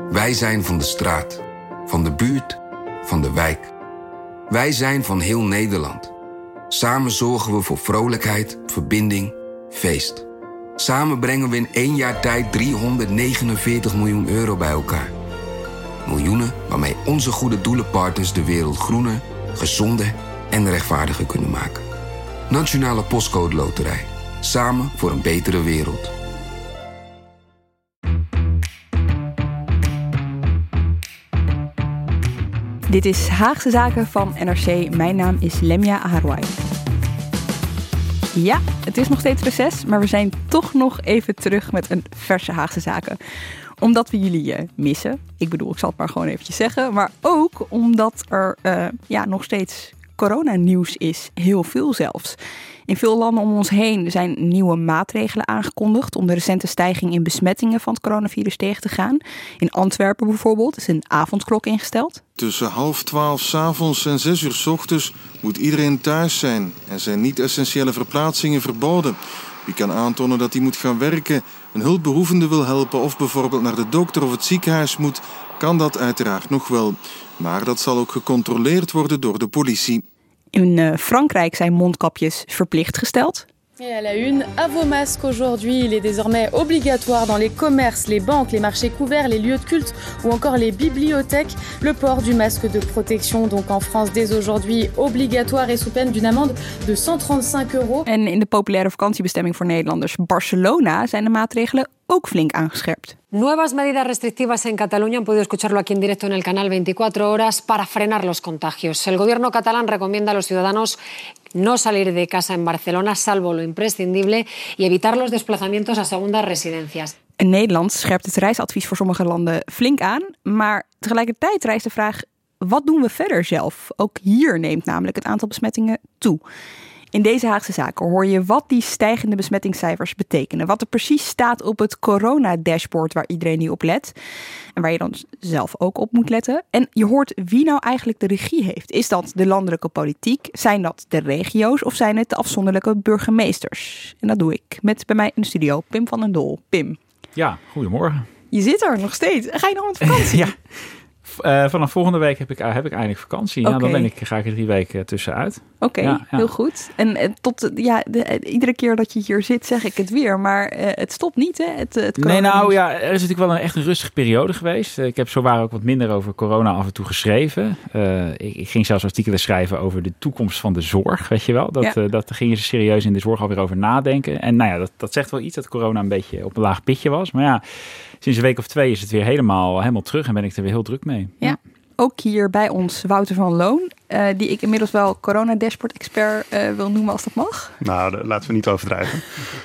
Wij zijn van de straat, van de buurt, van de wijk. Wij zijn van heel Nederland. Samen zorgen we voor vrolijkheid, verbinding, feest. Samen brengen we in 1 jaar tijd 349 miljoen euro bij elkaar. Miljoenen waarmee onze goede doelenpartners de wereld groener, gezonder en rechtvaardiger kunnen maken. Nationale Postcode Loterij. Samen voor een betere wereld. Dit is Haagse Zaken van NRC. Mijn naam is Lemia Aharwai. Ja, het is nog steeds reces, maar we zijn toch nog even terug met een verse Haagse Zaken. Omdat we jullie missen. Ik bedoel, ik zal het maar gewoon eventjes zeggen. Maar ook omdat er nog steeds coronanieuws is. Heel veel zelfs. In veel landen om ons heen zijn nieuwe maatregelen aangekondigd om de recente stijging in besmettingen van het coronavirus tegen te gaan. In Antwerpen bijvoorbeeld is een avondklok ingesteld. Tussen 11:30 's avonds en 6 uur 's ochtends moet iedereen thuis zijn en zijn niet-essentiële verplaatsingen verboden. Wie kan aantonen dat hij moet gaan werken, een hulpbehoevende wil helpen of bijvoorbeeld naar de dokter of het ziekenhuis moet, kan dat uiteraard nog wel. Maar dat zal ook gecontroleerd worden door de politie. In Frankrijk zijn mondkapjes verplicht gesteld. Et à la une, à vos masques aujourd'hui, il est désormais obligatoire dans les commerces, les banques, les marchés couverts, les lieux de culte ou encore les bibliothèques. Le port du masque de protection, donc en France dès aujourd'hui obligatoire et sous peine d'une amende de 135 €. En in de populaire vakantiebestemming voor Nederlanders Barcelona zijn de maatregelen ook flink aangescherpt. Nuevas medidas restrictivas en Cataluña. Han podido escucharlo aquí en directo en el canal 24 horas para frenar los contagios. El gobierno catalán recomienda a los ciudadanos no salir de casa en Barcelona, salvo lo imprescindible, y evitar los desplazamientos a segundas residencias. In Nederland scherpt het reisadvies voor sommige landen flink aan, maar tegelijkertijd rijst de vraag: wat doen we verder zelf? Ook hier neemt namelijk het aantal besmettingen toe. In deze Haagse Zaken hoor je wat die stijgende besmettingscijfers betekenen. Wat er precies staat op het corona-dashboard waar iedereen nu op let. En waar je dan zelf ook op moet letten. En je hoort wie nou eigenlijk de regie heeft. Is dat de landelijke politiek? Zijn dat de regio's? Of zijn het de afzonderlijke burgemeesters? En dat doe ik met bij mij in de studio Pim van den Doel. Pim. Ja, goedemorgen. Je zit er nog steeds. Ga je nog met vakantie? Ja. Vanaf volgende week heb ik eindelijk vakantie. Okay. Ja, dan ga ik er 3 weken tussenuit. Oké, heel goed. En iedere keer dat je hier zit zeg ik het weer. Maar het stopt niet, hè? Er is natuurlijk wel een rustige periode geweest. Ik heb zowaar ook wat minder over corona af en toe geschreven. Ik ging zelfs artikelen schrijven over de toekomst van de zorg, weet je wel. Dat gingen ze serieus in de zorg alweer over nadenken. En dat zegt wel iets dat corona een beetje op een laag pitje was. Maar ja, sinds een week of 2 is het weer helemaal terug en ben ik er weer heel druk mee. Ja. Ook hier bij ons Wouter van Loon, die ik inmiddels wel corona-dashboard-expert wil noemen als dat mag. Nou, laten we niet overdrijven.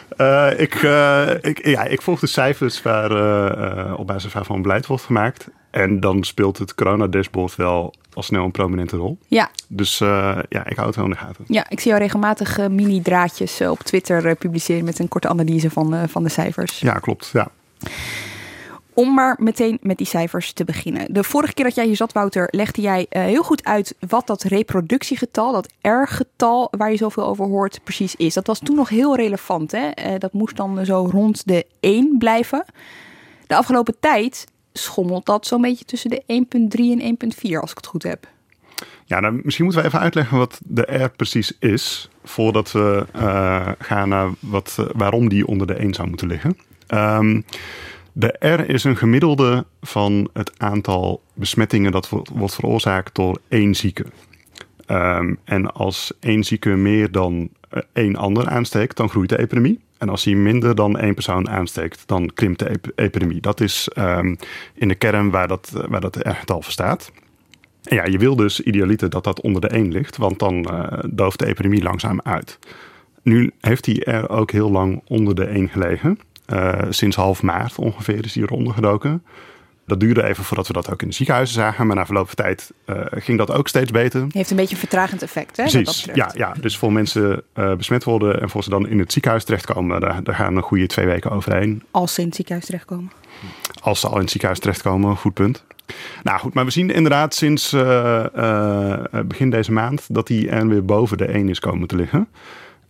Ik volg de cijfers waar op basis waarvan beleid wordt gemaakt. En dan speelt het corona-dashboard wel al snel een prominente rol. Ja. Dus ik hou het wel in de gaten. Ja, ik zie jou regelmatig mini-draadjes op Twitter publiceren met een korte analyse van de cijfers. Ja, klopt. Ja. Om maar meteen met die cijfers te beginnen. De vorige keer dat jij hier zat, Wouter, legde jij heel goed uit wat dat reproductiegetal, dat R-getal waar je zoveel over hoort, precies is. Dat was toen nog heel relevant, hè? Dat moest dan zo rond de 1 blijven. De afgelopen tijd schommelt dat zo'n beetje tussen de 1,3 en 1,4, als ik het goed heb. Ja, nou, misschien moeten we even uitleggen wat de R precies is, voordat we gaan naar waarom die onder de 1 zou moeten liggen. De R is een gemiddelde van het aantal besmettingen dat wordt veroorzaakt door 1 zieke. En als 1 zieke meer dan 1 ander aansteekt, dan groeit de epidemie. En als hij minder dan 1 persoon aansteekt, dan krimpt de epidemie. Dat is in de kern waar dat R-getal voor staat. En ja, je wil dus idealiter dat onder de 1 ligt, want dan dooft de epidemie langzaam uit. Nu heeft die R ook heel lang onder de 1 gelegen. Sinds half maart ongeveer is die eronder gedoken. Dat duurde even voordat we dat ook in de ziekenhuizen zagen. Maar na verloop van tijd ging dat ook steeds beter. Heeft een beetje een vertragend effect, hè? Precies, ja. Dus voor mensen besmet worden en voor ze dan in het ziekenhuis terechtkomen, daar gaan een goede 2 weken overheen. Als ze in het ziekenhuis terechtkomen. Als ze al in het ziekenhuis terechtkomen, goed punt. Nou goed, maar we zien inderdaad sinds begin deze maand dat die er weer boven de 1 is komen te liggen.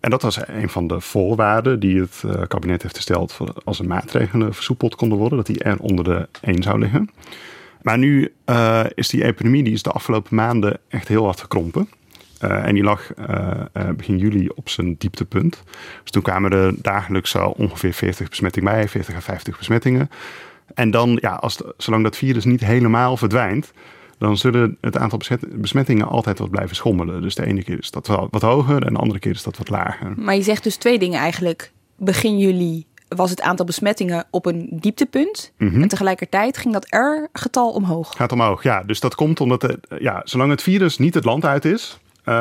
En dat was een van de voorwaarden die het kabinet heeft gesteld als de maatregelen versoepeld konden worden, dat die er onder de 1 zou liggen. Maar nu is die epidemie de afgelopen maanden echt heel hard gekrompen. En die lag begin juli op zijn dieptepunt. Dus toen kwamen er dagelijks zo ongeveer 40 besmettingen bij, 40 à 50 besmettingen. En dan, zolang dat virus niet helemaal verdwijnt, dan zullen het aantal besmettingen altijd wat blijven schommelen. Dus de ene keer is dat wat hoger en de andere keer is dat wat lager. Maar je zegt dus 2 dingen eigenlijk. Begin juli was het aantal besmettingen op een dieptepunt. Mm-hmm. En tegelijkertijd ging dat R-getal omhoog. Gaat omhoog, ja. Dus dat komt omdat zolang het virus niet het land uit is,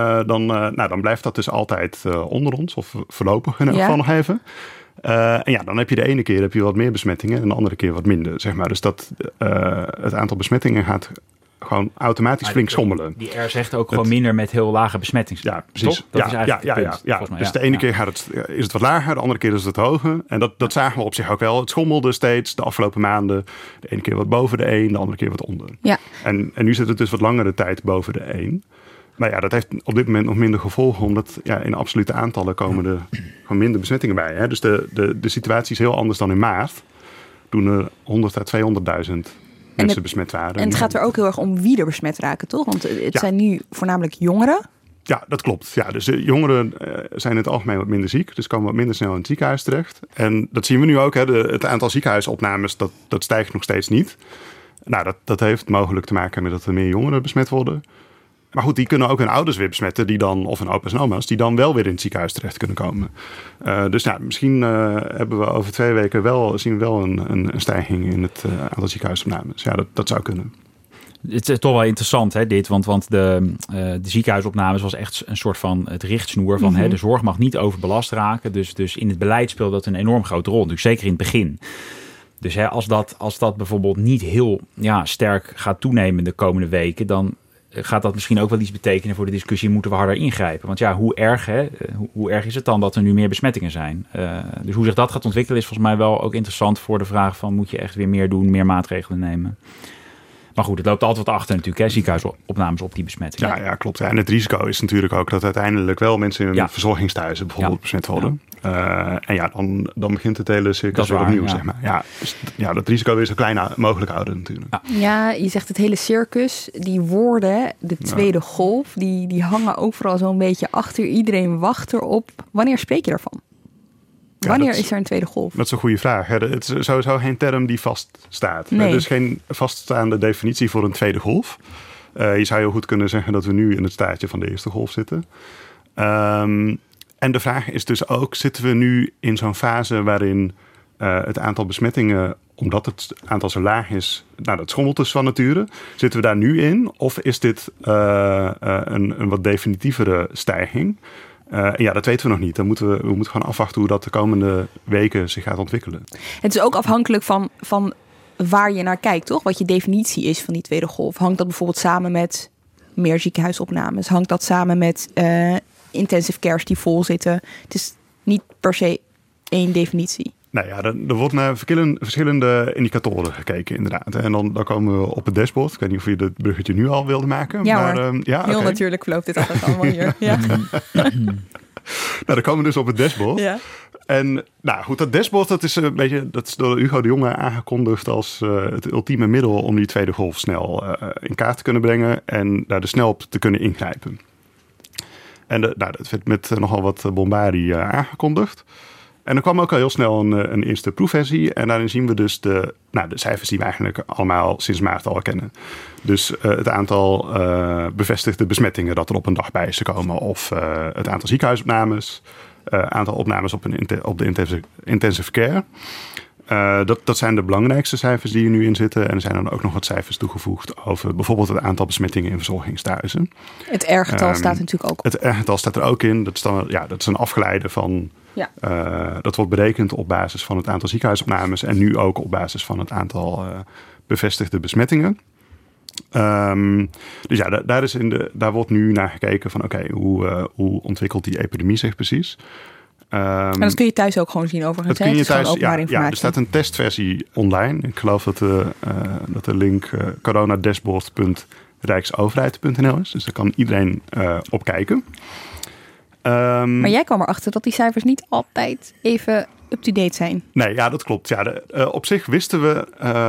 dan blijft dat dus altijd onder ons. Of voorlopig in ieder geval nog even. Dan heb je de ene keer wat meer besmettingen en de andere keer wat minder, zeg maar. Dus het aantal besmettingen gaat gewoon automatisch flink schommelen. Die R zegt ook gewoon minder met heel lage besmettingen. Ja, precies. Dat is eigenlijk het punt, volgens mij. Dus de ene keer is het wat lager, de andere keer is het hoger. En dat zagen we op zich ook wel. Het schommelde steeds de afgelopen maanden. De ene keer wat boven de 1, de andere keer wat onder. Ja. En nu zit het dus wat langere tijd boven de 1. Maar dat heeft op dit moment nog minder gevolgen, omdat in absolute aantallen komen er gewoon minder besmettingen bij. Hè? Dus de situatie is heel anders dan in maart, toen er 100 à 200.000 mensen besmet waren. En het gaat er ook heel erg om wie er besmet raken, toch? Want het zijn nu voornamelijk jongeren. Ja, dat klopt. Ja, dus de jongeren zijn in het algemeen wat minder ziek, dus komen wat minder snel in het ziekenhuis terecht. En dat zien we nu ook. Hè? Het aantal ziekenhuisopnames, dat stijgt nog steeds niet. Nou, dat heeft mogelijk te maken met dat er meer jongeren besmet worden. Maar goed, die kunnen ook hun ouders weer besmetten, of hun opa's en oma's, die dan wel weer in het ziekenhuis terecht kunnen komen. Dus misschien hebben we over 2 weken zien we wel een stijging in het aantal ziekenhuisopnames. Ja, dat zou kunnen. Het is toch wel interessant, hè, dit, want de ziekenhuisopnames was echt een soort van het richtsnoer van de zorg mag niet overbelast raken. Dus in het beleid speelt dat een enorm grote rol, dus zeker in het begin. Dus als dat bijvoorbeeld niet heel sterk gaat toenemen de komende weken, dan gaat dat misschien ook wel iets betekenen voor de discussie, moeten we harder ingrijpen? Want hoe erg is het dan dat er nu meer besmettingen zijn? Dus hoe zich dat gaat ontwikkelen is volgens mij wel ook interessant voor de vraag van, moet je echt weer meer doen, meer maatregelen nemen? Maar goed, het loopt altijd wat achter natuurlijk, ziekenhuisopnames op die besmettingen. Ja, klopt. En het risico is natuurlijk ook dat uiteindelijk wel mensen in verzorgingstehuizen bijvoorbeeld besmet worden. Dan begint het hele circus weer opnieuw, zeg maar. Dat risico is zo klein mogelijk houden natuurlijk. Ja, je zegt het hele circus, die woorden, de tweede golf, die hangen ook vooral zo'n beetje achter. Iedereen wacht erop. Wanneer spreek je daarvan? Wanneer is er een tweede golf? Dat is een goede vraag. Het is sowieso geen term die vaststaat. Nee. Er is geen vaststaande definitie voor een tweede golf. Je zou heel goed kunnen zeggen dat we nu in het staartje van de eerste golf zitten. En de vraag is dus ook, zitten we nu in zo'n fase waarin het aantal besmettingen, omdat het aantal zo laag is, dat schommelt dus van nature. Zitten we daar nu in? Of is dit een wat definitievere stijging? Dat weten we nog niet. We moeten gewoon afwachten hoe dat de komende weken zich gaat ontwikkelen. Het is ook afhankelijk van waar je naar kijkt, toch? Wat je definitie is van die tweede golf. Hangt dat bijvoorbeeld samen met meer ziekenhuisopnames? Hangt dat samen met intensive cares die vol zitten? Het is niet per se één definitie. Nou ja, er wordt naar verschillende indicatoren gekeken inderdaad. En dan komen we op het dashboard. Ik weet niet of je dat bruggetje nu al wilde maken. Ja, maar heel natuurlijk verloopt dit altijd allemaal hier. Ja. Dan komen we dus op het dashboard. Ja. En goed, dat dashboard dat is door Hugo de Jonge aangekondigd als het ultieme middel om die tweede golf snel in kaart te kunnen brengen en daar snel op te kunnen ingrijpen. En dat werd met nogal wat bombardie aangekondigd. En er kwam ook al heel snel een eerste proefversie. En daarin zien we dus de cijfers die we eigenlijk allemaal sinds maart al kennen. Dus het aantal bevestigde besmettingen dat er op een dag bij is gekomen. Of het aantal ziekenhuisopnames. Aantal opnames op de intensive care. Dat zijn de belangrijkste cijfers die er nu in zitten. En er zijn dan ook nog wat cijfers toegevoegd over bijvoorbeeld het aantal besmettingen in verzorgingstehuizen. Het R-getal staat natuurlijk ook op. Het R-getal staat er ook in. Dat is een afgeleide van. Ja. Dat wordt berekend op basis van het aantal ziekenhuisopnames en nu ook op basis van het aantal bevestigde besmettingen. Dus daar wordt nu naar gekeken van hoe ontwikkelt die epidemie zich precies. En dat kun je thuis ook gewoon zien overigens. Dat kun je thuis, er staat een testversie online. Ik geloof dat de link coronadashboard.rijksoverheid.nl is. Dus daar kan iedereen op kijken. Maar jij kwam erachter dat die cijfers niet altijd even up-to-date zijn. Nee, ja, dat klopt. Ja, op zich wisten we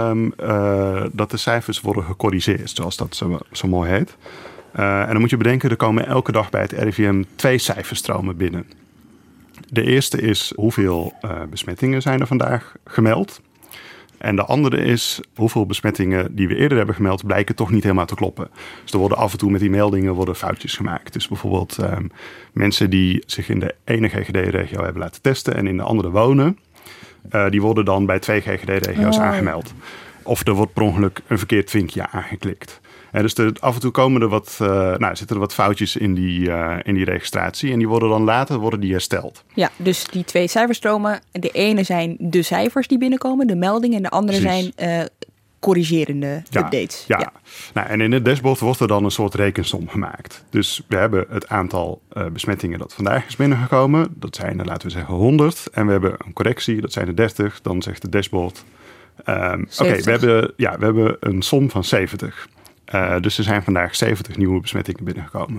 dat de cijfers worden gecorrigeerd, zoals dat zo mooi heet. En dan moet je bedenken, er komen elke dag bij het RIVM 2 cijferstromen binnen. De eerste is hoeveel besmettingen zijn er vandaag gemeld. En de andere is hoeveel besmettingen die we eerder hebben gemeld blijken toch niet helemaal te kloppen. Dus er worden af en toe met die meldingen foutjes gemaakt. Dus bijvoorbeeld mensen die zich in de ene GGD-regio hebben laten testen en in de andere wonen, die worden dan bij 2 GGD-regio's aangemeld. Of er wordt per ongeluk een verkeerd vinkje aangeklikt. Dus af en toe komen er zitten er wat foutjes in die registratie. En die worden dan later hersteld. Ja, dus die 2 cijferstromen. De ene zijn de cijfers die binnenkomen, de meldingen. En de andere zijn corrigerende updates. Ja. Nou, en in het dashboard wordt er dan een soort rekensom gemaakt. Dus we hebben het aantal besmettingen dat vandaag is binnengekomen. Dat zijn er, laten we zeggen, 100. En we hebben een correctie, dat zijn er 30. Dan zegt het dashboard, oké, we hebben een som van 70. Dus er zijn vandaag 70 nieuwe besmettingen binnengekomen.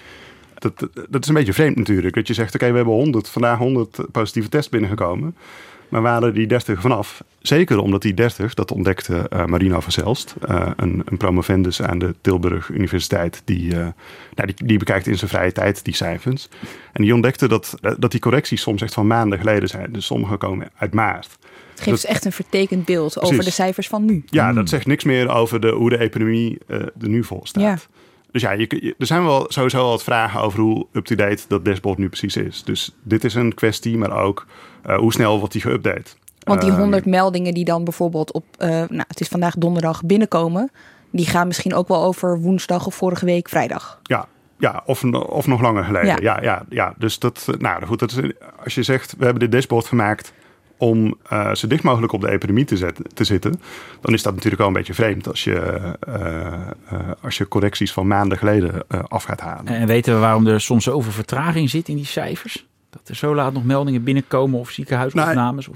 Dat is een beetje vreemd natuurlijk. Dat je zegt, oké, we hebben vandaag 100 positieve tests binnengekomen. Maar waar waren die 30 vanaf? Zeker omdat die 30, dat ontdekte Marino van Zelst, een promovendus aan de Tilburg Universiteit, die bekijkt in zijn vrije tijd die cijfers. En die ontdekte dat die correcties soms echt van maanden geleden zijn. Dus sommige komen uit maart. Het geeft dus echt een vertekend beeld over de cijfers van nu. Ja, dat zegt niks meer over hoe de epidemie er nu voor staat. Ja. Dus ja, er zijn wel sowieso al wat vragen over hoe up-to-date dat dashboard nu precies is. Dus dit is een kwestie, maar ook hoe snel wordt die geüpdate. Want die 100 meldingen die dan bijvoorbeeld op, het is vandaag donderdag binnenkomen, die gaan misschien ook wel over woensdag of vorige week vrijdag. Ja, of nog langer geleden. Ja. Dus dat is, als je zegt, we hebben dit dashboard gemaakt om zo dicht mogelijk op de epidemie te zitten, dan is dat natuurlijk wel een beetje vreemd als je correcties van maanden geleden af gaat halen. En weten we waarom er soms zoveel vertraging zit in die cijfers? Dat er zo laat nog meldingen binnenkomen of ziekenhuisopnames?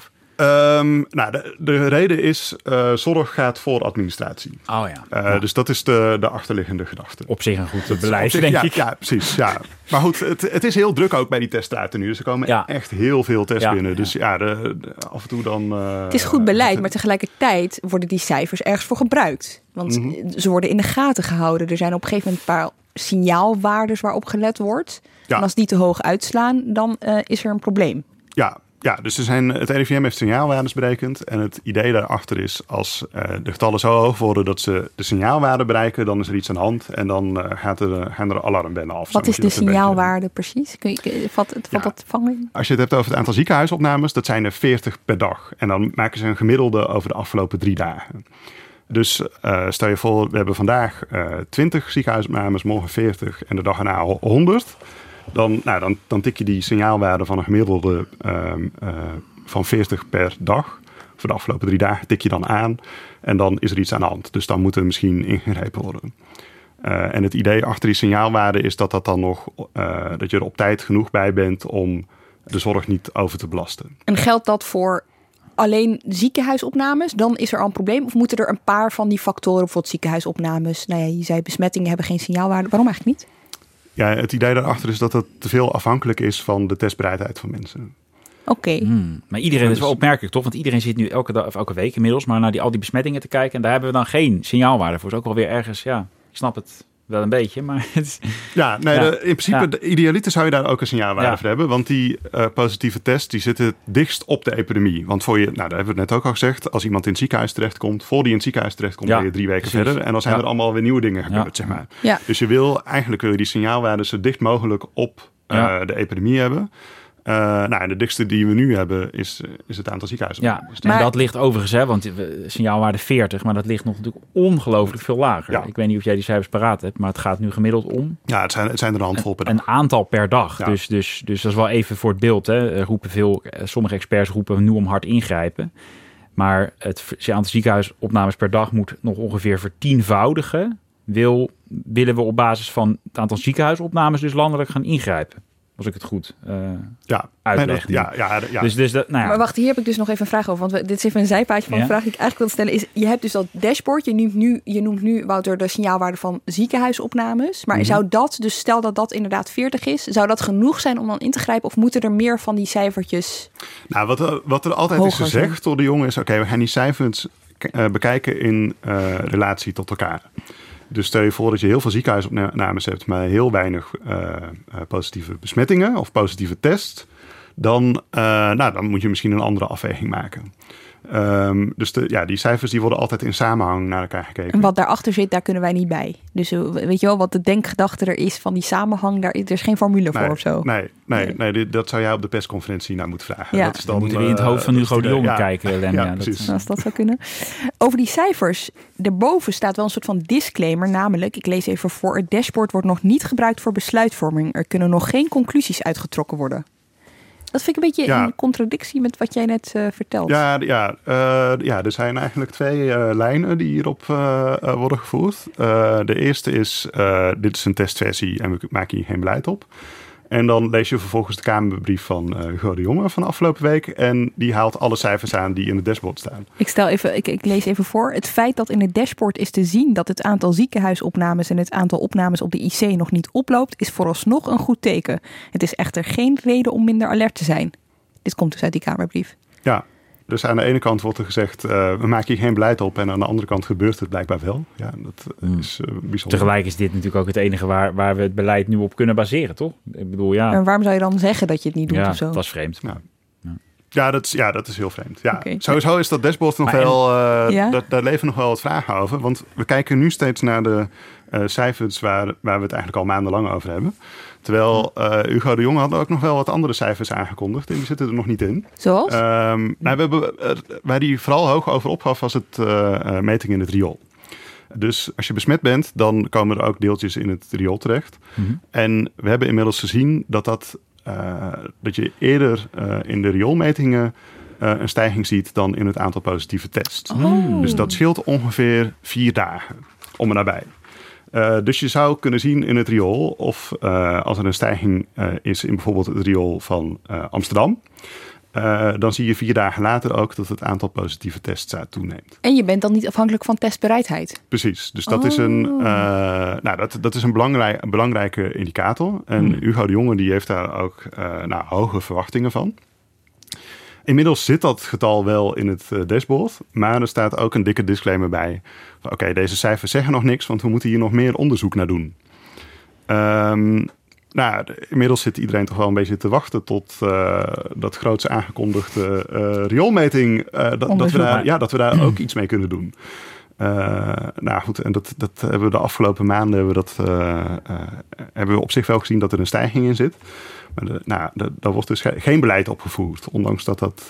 De reden is, zorg gaat voor administratie. Oh ja. Dus dat is de achterliggende gedachte. Op zich een goed beleid, denk ik. Ja, precies. Ja. Maar goed, het is heel druk ook bij die teststraten nu. Dus er komen echt heel veel tests binnen. Dus af en toe dan... Het is goed beleid, maar tegelijkertijd worden die cijfers ergens voor gebruikt. Want ze worden in de gaten gehouden. Er zijn op een gegeven moment een paar signaalwaardes waarop gelet wordt. Ja. En als die te hoog uitslaan, dan is er een probleem. Ja, dus het RIVM heeft signaalwaardes berekend. En het idee daarachter is, als de getallen zo hoog worden dat ze de signaalwaarde bereiken, dan is er iets aan de hand. En dan gaan er alarmbellen af. Wat is de signaalwaarde precies? Vat dat vangen? Als je het hebt over het aantal ziekenhuisopnames, dat zijn er 40 per dag. En dan maken ze een gemiddelde over de afgelopen 3 dagen. Dus stel je voor, we hebben vandaag 20 ziekenhuisopnames, morgen 40 en de dag erna 100. Dan tik je die signaalwaarde van een gemiddelde van 40 per dag. Voor de afgelopen 3 dagen tik je dan aan. En dan is er iets aan de hand. Dus dan moet er misschien ingegrepen worden. En het idee achter die signaalwaarde is dat dan nog dat je er op tijd genoeg bij bent om de zorg niet over te belasten. En geldt dat voor alleen ziekenhuisopnames? Dan is er al een probleem? Of moeten er een paar van die factoren, bijvoorbeeld ziekenhuisopnames? Je zei besmettingen hebben geen signaalwaarde. Waarom eigenlijk niet? Ja, het idee daarachter is dat het te veel afhankelijk is van de testbereidheid van mensen. Oké. Maar iedereen is wel opmerkelijk, toch? Want iedereen zit nu elke dag of elke week inmiddels maar naar al die besmettingen te kijken. En daar hebben we dan geen signaalwaarde voor. Dat is ook wel weer ergens, ik snap het wel een beetje, maar het is... in principe, idealiter zou je daar ook een signaalwaarde voor hebben. Want die positieve tests, die zitten dichtst op de epidemie. Want daar hebben we het net ook al gezegd, als iemand in het ziekenhuis terechtkomt, voor die in het ziekenhuis terechtkomt, ben je 3 weken verder. En dan zijn er allemaal weer nieuwe dingen gebeurd, zeg maar. Ja. Dus eigenlijk wil je die signaalwaarden zo dicht mogelijk op de epidemie hebben. En de dichtste die we nu hebben is het aantal ziekenhuizen. Ja, en dat ligt overigens, want signaalwaarde 40, maar dat ligt nog natuurlijk ongelooflijk veel lager. Ja. Ik weet niet of jij die cijfers paraat hebt, maar het gaat nu gemiddeld om. Ja, het zijn er een handvol per dag. Een aantal per dag. Ja. Dus dat is wel even voor het beeld. Sommige experts roepen nu om hard ingrijpen. Maar het aantal ziekenhuisopnames per dag moet nog ongeveer vertienvoudigen. Willen we op basis van het aantal ziekenhuisopnames dus landelijk gaan ingrijpen? Als ik het goed Dus uitleg. Dus dat, nou ja. Maar wacht, hier heb ik dus nog even een vraag over. Want dit is even een zijpaadje van de vraag die ik eigenlijk wil stellen. Je hebt dus dat dashboard. Je noemt nu, Wouter, de signaalwaarde van ziekenhuisopnames. Maar zou dat, dus stel dat dat inderdaad 40 is, zou dat genoeg zijn om dan in te grijpen? Of moeten er meer van die cijfertjes? Nou, wat er altijd is gezegd door de jongen is, oké, we gaan die cijfers bekijken in relatie tot elkaar. Dus stel je voor dat je heel veel ziekenhuisopnames hebt, maar heel weinig positieve besmettingen of positieve test. Dan moet je misschien een andere afweging maken. Dus die cijfers die worden altijd in samenhang naar elkaar gekeken. En wat daarachter zit, daar kunnen wij niet bij. Dus weet je wel, wat de denkgedachte er is van die samenhang, daar is geen formule voor of zo. Nee, dat zou jij op de persconferentie naar moeten vragen. Ja. Dat is dan, moeten we in het hoofd van Hugo de Jonge kijken, Lem. Ja, precies. Als dat zou kunnen. Over die cijfers, daarboven staat wel een soort van disclaimer, namelijk, ik lees even voor, het dashboard wordt nog niet gebruikt voor besluitvorming. Er kunnen nog geen conclusies uitgetrokken worden. Dat vind ik een beetje in contradictie met wat jij net vertelt. Er zijn eigenlijk 2 lijnen die hierop worden gevoerd. De eerste is, dit is een testversie en we maken hier geen beleid op. En dan lees je vervolgens de Kamerbrief van Hugo de Jonge van de afgelopen week. En die haalt alle cijfers aan die in het dashboard staan. Ik lees even voor. Het feit dat in het dashboard is te zien dat het aantal ziekenhuisopnames en het aantal opnames op de IC nog niet oploopt, is vooralsnog een goed teken. Het is echter geen reden om minder alert te zijn. Dit komt dus uit die Kamerbrief. Ja. Dus aan de ene kant wordt er gezegd, we maken hier geen beleid op. En aan de andere kant gebeurt het blijkbaar wel. Ja, dat is bijzonder. Tegelijk is dit natuurlijk ook het enige waar we het beleid nu op kunnen baseren, toch? Ik bedoel, En waarom zou je dan zeggen dat je het niet doet of zo? Dat was vreemd. Dat is heel vreemd. Ja, okay. Sowieso is dat dashboard nog wel... Daar leven nog wel wat vragen over. Want we kijken nu steeds naar de cijfers waar we het eigenlijk al maandenlang over hebben. Terwijl Hugo de Jonge had ook nog wel wat andere cijfers aangekondigd. En die zitten er nog niet in. Zoals? Waar die vooral hoog over opgaf was het meting in het riool. Dus als je besmet bent, dan komen er ook deeltjes in het riool terecht. Mm-hmm. En we hebben inmiddels gezien dat je eerder in de rioolmetingen een stijging ziet dan in het aantal positieve tests. Oh. Dus dat scheelt ongeveer 4 dagen om en nabij. Dus je zou kunnen zien in het riool of als er een stijging is in bijvoorbeeld het riool van Amsterdam, dan zie je 4 dagen later ook dat het aantal positieve tests toeneemt. En je bent dan niet afhankelijk van testbereidheid? Precies, dus dat is dat is een belangrijke indicator. En Hugo de Jonge die heeft daar ook hoge verwachtingen van. Inmiddels zit dat getal wel in het dashboard, maar er staat ook een dikke disclaimer bij. Oké, deze cijfers zeggen nog niks, want we moeten hier nog meer onderzoek naar doen. Inmiddels zit iedereen toch wel een beetje te wachten tot dat groots aangekondigde rioolmeting, dat we daar ook iets mee kunnen doen. En dat hebben we de afgelopen maanden hebben we op zich wel gezien dat er een stijging in zit. Maar daar wordt dus geen beleid opgevoerd, ondanks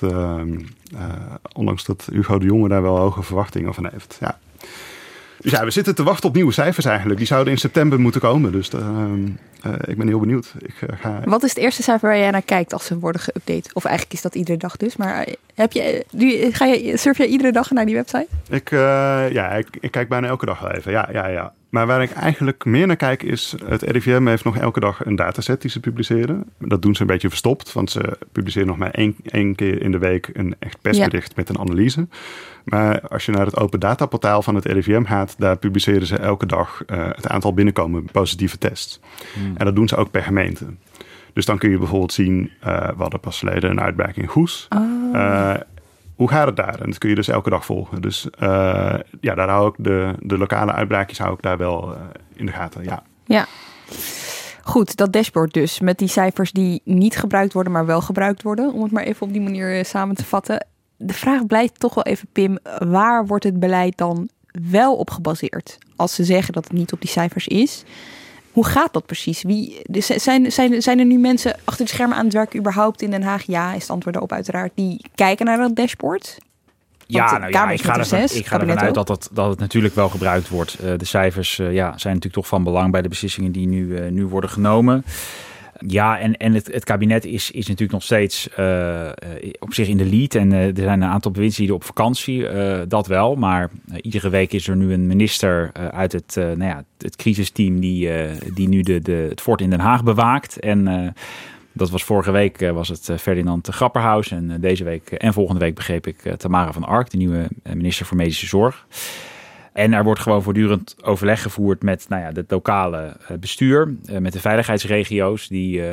dat Hugo de Jonge daar wel hoge verwachtingen van heeft. Ja. Dus we zitten te wachten op nieuwe cijfers eigenlijk. Die zouden in september moeten komen. Dus ik ben heel benieuwd. Wat is het eerste cijfer waar jij naar kijkt als ze worden geüpdate? Of eigenlijk is dat iedere dag dus. Maar surf jij iedere dag naar die website? Ik kijk bijna elke dag wel even. Ja. Maar waar ik eigenlijk meer naar kijk is, het RIVM heeft nog elke dag een dataset die ze publiceren. Dat doen ze een beetje verstopt, want ze publiceren nog maar één keer in de week een echt persbericht met een analyse. Maar als je naar het open dataportaal van het RIVM gaat, daar publiceren ze elke dag het aantal binnenkomen positieve tests. En dat doen ze ook per gemeente. Dus dan kun je bijvoorbeeld zien, we hadden pas geleden een uitbraak in Goes. Hoe gaat het daar? En dat kun je dus elke dag volgen. Dus daar hou ik de lokale uitbraakjes hou ik daar wel in de gaten. Ja. Goed, dat dashboard dus. Met die cijfers die niet gebruikt worden, maar wel gebruikt worden. Om het maar even op die manier samen te vatten. De vraag blijft toch wel even, Pim. Waar wordt het beleid dan wel op gebaseerd? Als ze zeggen dat het niet op die cijfers is. Hoe gaat dat precies? Zijn er nu mensen achter de schermen aan het werk überhaupt in Den Haag? Ja, is het antwoord daarop uiteraard. Die kijken naar dat dashboard? Ik ga ervan uit dat het natuurlijk wel gebruikt wordt. De cijfers zijn natuurlijk toch van belang bij de beslissingen die nu worden genomen. Ja, en het kabinet is natuurlijk nog steeds op zich in de lead. En er zijn een aantal bewindslieden op vakantie, dat wel. Maar iedere week is er nu een minister uit het crisisteam die nu het fort in Den Haag bewaakt. En Dat was vorige week was het Ferdinand Grapperhaus. En deze week en volgende week begreep ik Tamara van Ark, de nieuwe minister voor Medische Zorg. En er wordt gewoon voortdurend overleg gevoerd met het lokale bestuur, met de veiligheidsregio's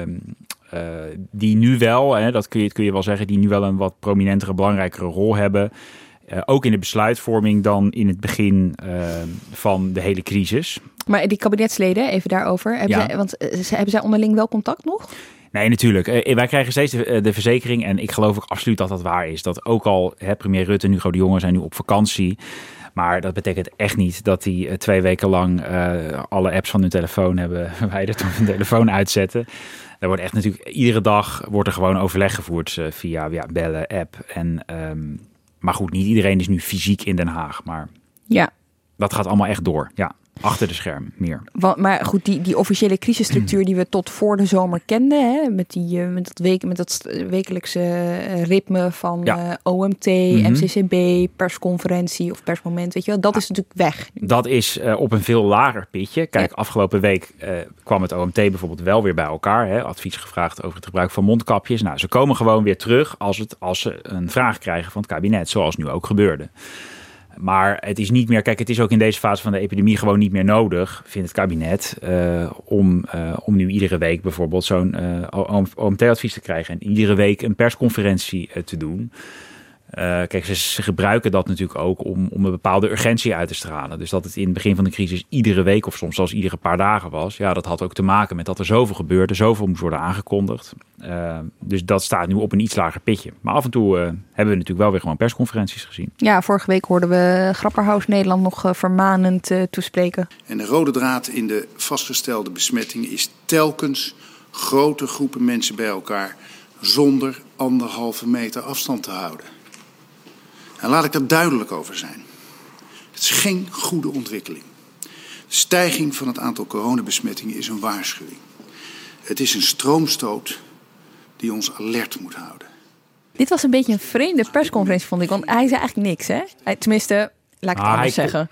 die nu wel, dat kun je wel zeggen, die nu wel een wat prominentere, belangrijkere rol hebben. Ook in de besluitvorming dan in het begin van de hele crisis. Maar die kabinetsleden, even daarover, hebben zij onderling wel contact nog? Nee, natuurlijk. Wij krijgen steeds de verzekering en ik geloof ook absoluut dat dat waar is. Dat ook al premier Rutte en Hugo de Jonge zijn nu op vakantie. Maar dat betekent echt niet dat die 2 weken lang alle apps van hun telefoon hebben verwijderd of hun telefoon uitzetten. Er wordt echt natuurlijk, iedere dag wordt er gewoon overleg gevoerd via bellen, app. Maar goed, niet iedereen is nu fysiek in Den Haag. Maar ja, dat gaat allemaal echt door, ja. Achter de scherm meer. Maar goed, die officiële crisisstructuur die we tot voor de zomer kenden, hè, met dat wekelijkse ritme van OMT, MCCB, persconferentie of persmoment, weet je wel, dat is natuurlijk weg. Dat is op een veel lager pitje. Kijk, afgelopen week kwam het OMT bijvoorbeeld wel weer bij elkaar. Hè, advies gevraagd over het gebruik van mondkapjes. Nou, ze komen gewoon weer terug als ze een vraag krijgen van het kabinet, zoals nu ook gebeurde. Maar het is niet meer, kijk, het is ook in deze fase van de epidemie gewoon niet meer nodig, vindt het kabinet, om nu iedere week bijvoorbeeld zo'n OMT-advies te krijgen en iedere week een persconferentie te doen. Kijk, ze gebruiken dat natuurlijk ook om een bepaalde urgentie uit te stralen. Dus dat het in het begin van de crisis iedere week of soms zelfs iedere paar dagen was. Ja, dat had ook te maken met dat er zoveel gebeurde, zoveel moest worden aangekondigd. Dus dat staat nu op een iets lager pitje. Maar af en toe hebben we natuurlijk wel weer gewoon persconferenties gezien. Ja, vorige week hoorden we Grapperhaus Nederland nog vermanend toespreken. En de rode draad in de vastgestelde besmettingen is telkens grote groepen mensen bij elkaar zonder 1,5 meter afstand te houden. En laat ik daar duidelijk over zijn. Het is geen goede ontwikkeling. De stijging van het aantal coronabesmettingen is een waarschuwing. Het is een stroomstoot die ons alert moet houden. Dit was een beetje een vreemde persconferentie, vond ik. Want hij zei eigenlijk niks, hè? Tenminste, laat ik het anders zeggen.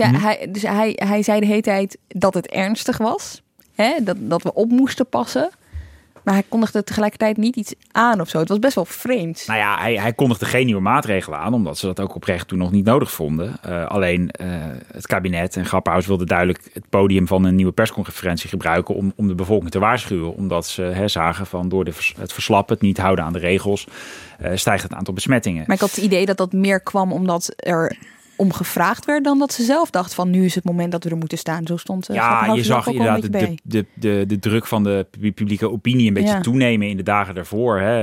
Hij zei de hele tijd dat het ernstig was. Hè? Dat we op moesten passen. Maar hij kondigde tegelijkertijd niet iets aan of zo. Het was best wel vreemd. Nou ja, hij kondigde geen nieuwe maatregelen aan, omdat ze dat ook oprecht toen nog niet nodig vonden. Alleen het kabinet en Grapperhaus wilden duidelijk het podium van een nieuwe persconferentie gebruiken om de bevolking te waarschuwen. Omdat ze zagen van door het verslappen, het niet houden aan de regels, stijgt het aantal besmettingen. Maar ik had het idee dat dat meer kwam omdat er om gevraagd werd dan dat ze zelf dacht van nu is het moment dat we er moeten staan. Zo stond je zag inderdaad de druk van de publieke opinie een beetje toenemen in de dagen daarvoor. Hè.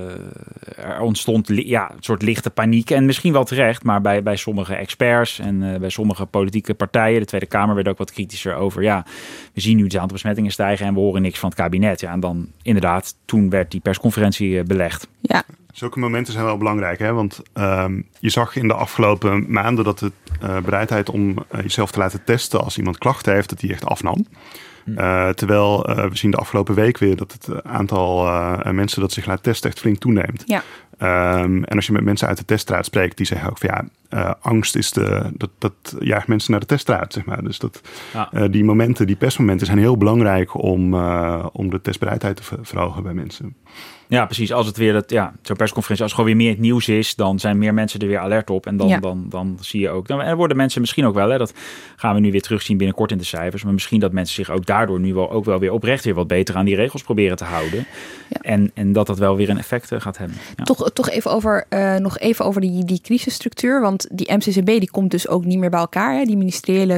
Er ontstond een soort lichte paniek en misschien wel terecht, maar bij sommige experts en bij sommige politieke partijen, de Tweede Kamer werd ook wat kritischer over. Ja, we zien nu het aantal besmettingen stijgen en we horen niks van het kabinet. Ja, en dan inderdaad, toen werd die persconferentie belegd. Ja. Zulke momenten zijn wel belangrijk, hè? Want je zag in de afgelopen maanden dat de bereidheid om jezelf te laten testen als iemand klachten heeft, dat die echt afnam. Terwijl we zien de afgelopen week weer dat het aantal mensen dat zich laat testen echt flink toeneemt. Ja. En als je met mensen uit de teststraat spreekt, die zeggen ook van angst is dat jaagt mensen naar de teststraat, zeg maar. Dus die momenten, die persmomenten zijn heel belangrijk om de testbereidheid te verhogen bij mensen. Ja, precies. Als het weer zo'n persconferentie, als het gewoon weer meer het nieuws is, dan zijn meer mensen er weer alert op. En dan zie je ook. En worden mensen misschien ook wel, hè, dat gaan we nu weer terugzien binnenkort in de cijfers. Maar misschien dat mensen zich ook daardoor nu wel ook wel weer oprecht weer wat beter aan die regels proberen te houden. Ja. En dat wel weer een effect gaat hebben. Ja. Toch nog even over die crisisstructuur. Want die MCCB die komt dus ook niet meer bij elkaar. Hè? Die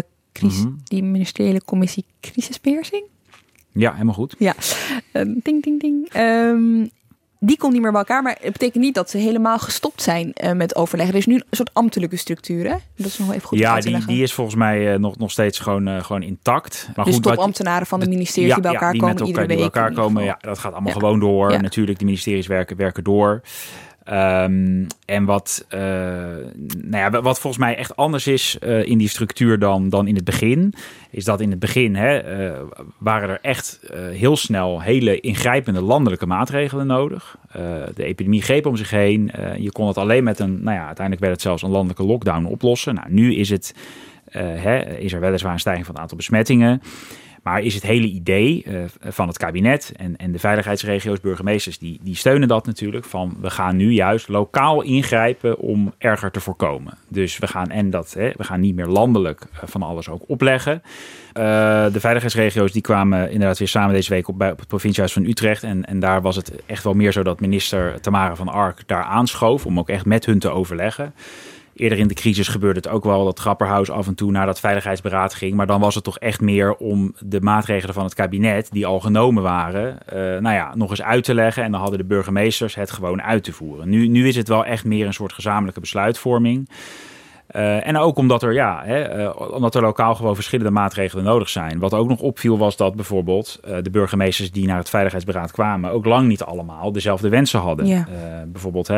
ministeriële commissie crisisbeheersing. Ja, helemaal goed. Ja, ding, ding, ding. Die komt niet meer bij elkaar, maar het betekent niet dat ze helemaal gestopt zijn met overleggen. Er is nu een soort ambtelijke structuur, hè? Dat is nog even goed uit te leggen. Die is volgens mij nog steeds gewoon intact. Maar dus goed, topambtenaren van de ministeries die bij elkaar komen iedere week. Die bij elkaar komen, ja, dat gaat allemaal gewoon door. Ja. Natuurlijk, de ministeries werken door. En wat volgens mij echt anders is in die structuur dan in het begin, is dat in het begin waren er echt heel snel hele ingrijpende landelijke maatregelen nodig. De epidemie greep om zich heen. Je kon het alleen met uiteindelijk werd het zelfs een landelijke lockdown oplossen. Nou, nu is er weliswaar een stijging van het aantal besmettingen. Maar is het hele idee van het kabinet en de veiligheidsregio's, burgemeesters, die steunen dat natuurlijk. Van we gaan nu juist lokaal ingrijpen om erger te voorkomen. Dus we gaan niet meer landelijk van alles ook opleggen. De veiligheidsregio's die kwamen inderdaad weer samen deze week op het provinciehuis van Utrecht. En daar was het echt wel meer zo dat minister Tamara van Ark daar aanschoof om ook echt met hun te overleggen. Eerder in de crisis gebeurde het ook wel dat Grapperhaus af en toe naar dat veiligheidsberaad ging. Maar dan was het toch echt meer om de maatregelen van het kabinet die al genomen waren, nog eens uit te leggen. En dan hadden de burgemeesters het gewoon uit te voeren. Nu is het wel echt meer een soort gezamenlijke besluitvorming. En ook omdat er lokaal gewoon verschillende maatregelen nodig zijn. Wat ook nog opviel was dat bijvoorbeeld de burgemeesters die naar het veiligheidsberaad kwamen ook lang niet allemaal dezelfde wensen hadden. Ja. Bijvoorbeeld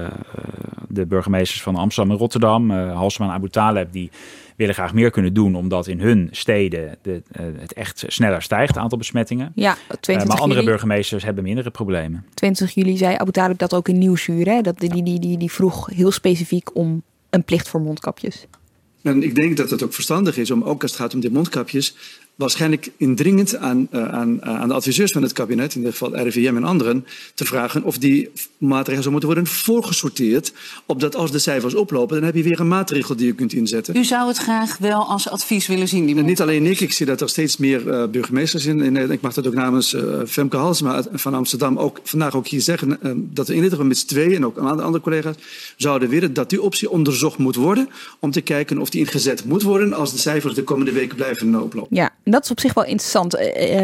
de burgemeesters van Amsterdam en Rotterdam, Halsema en Abu Taleb, die willen graag meer kunnen doen, omdat in hun steden het echt sneller stijgt, het aantal besmettingen. Ja, 22 maar andere burgemeesters hebben mindere problemen. 20 juli zei Abu Taleb dat ook in Nieuwsuur. Hè? Dat die vroeg heel specifiek om een plicht voor mondkapjes. En ik denk dat het ook verstandig is om, ook als het gaat om die mondkapjes, waarschijnlijk indringend aan de adviseurs van het kabinet, in dit geval RIVM en anderen, te vragen of die maatregelen zou moeten worden voorgesorteerd, opdat als de cijfers oplopen, dan heb je weer een maatregel die je kunt inzetten. U zou het graag wel als advies willen zien? En niet alleen ik zie dat er steeds meer burgemeesters in. Ik mag dat ook namens Femke Halsema van Amsterdam ook vandaag ook hier zeggen, dat we in ieder geval met z'n tweeën en ook een aantal andere collega's zouden willen dat die optie onderzocht moet worden, om te kijken of die ingezet moet worden als de cijfers de komende weken blijven oplopen. Ja. Dat is op zich wel interessant.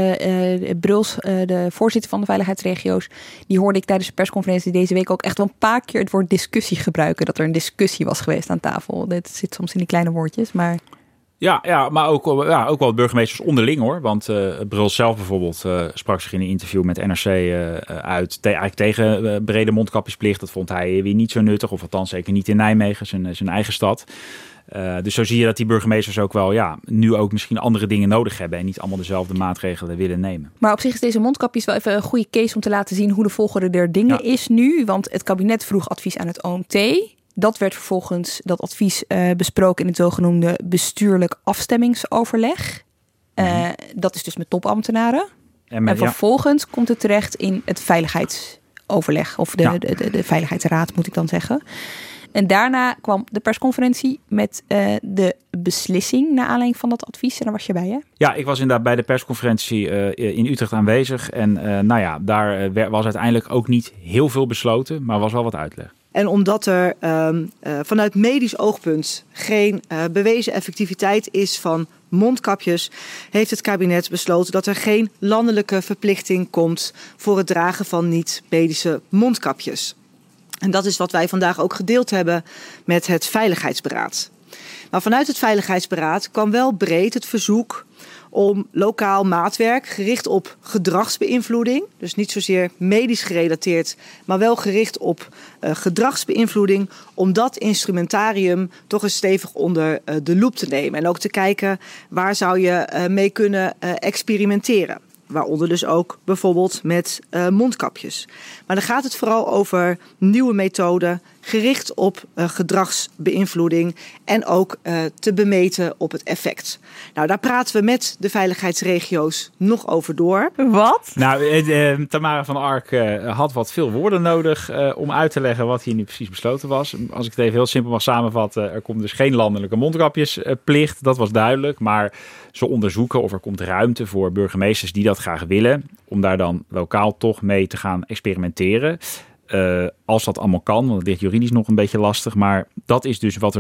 Bruls, de voorzitter van de veiligheidsregio's, die hoorde ik tijdens de persconferentie deze week ook echt wel een paar keer het woord discussie gebruiken. Dat er een discussie was geweest aan tafel. Dit zit soms in die kleine woordjes, maar... Ja, maar ook wel burgemeesters onderling hoor. Want Bruls zelf bijvoorbeeld sprak zich in een interview met NRC uit eigenlijk tegen brede mondkapjesplicht. Dat vond hij weer niet zo nuttig, of althans zeker niet in Nijmegen, zijn eigen stad. Dus zo zie je dat die burgemeesters ook wel nu ook misschien andere dingen nodig hebben en niet allemaal dezelfde maatregelen willen nemen. Maar op zich is deze mondkapjes wel even een goede case om te laten zien hoe de volgorde der dingen is nu. Want het kabinet vroeg advies aan het OMT. Dat werd vervolgens, dat advies, besproken in het zogenoemde bestuurlijk afstemmingsoverleg. Dat is dus met topambtenaren. En vervolgens komt het terecht in het veiligheidsoverleg. Of de veiligheidsraad moet ik dan zeggen. En daarna kwam de persconferentie met de beslissing naar aanleiding van dat advies. En daar was je bij, hè? Ja, ik was inderdaad bij de persconferentie in Utrecht aanwezig. En daar was uiteindelijk ook niet heel veel besloten, maar was wel wat uitleg. En omdat er vanuit medisch oogpunt geen bewezen effectiviteit is van mondkapjes, heeft het kabinet besloten dat er geen landelijke verplichting komt voor het dragen van niet-medische mondkapjes. En dat is wat wij vandaag ook gedeeld hebben met het Veiligheidsberaad. Maar vanuit het Veiligheidsberaad kwam wel breed het verzoek om lokaal maatwerk gericht op gedragsbeïnvloeding. Dus niet zozeer medisch gerelateerd, maar wel gericht op gedragsbeïnvloeding. Om dat instrumentarium toch eens stevig onder de loep te nemen. En ook te kijken waar zou je mee kunnen experimenteren. Waaronder dus ook bijvoorbeeld met mondkapjes. Maar dan gaat het vooral over nieuwe methoden gericht op gedragsbeïnvloeding en ook te bemeten op het effect. Nou, daar praten we met de veiligheidsregio's nog over door. Wat? Nou, Tamara van Ark had wat veel woorden nodig om uit te leggen wat hier nu precies besloten was. Als ik het even heel simpel mag samenvatten, er komt dus geen landelijke mondkapjesplicht, dat was duidelijk. Maar ze onderzoeken of er komt ruimte voor burgemeesters die dat graag willen, om daar dan lokaal toch mee te gaan experimenteren. Als dat allemaal kan, want het ligt juridisch nog een beetje lastig. Maar dat is dus wat er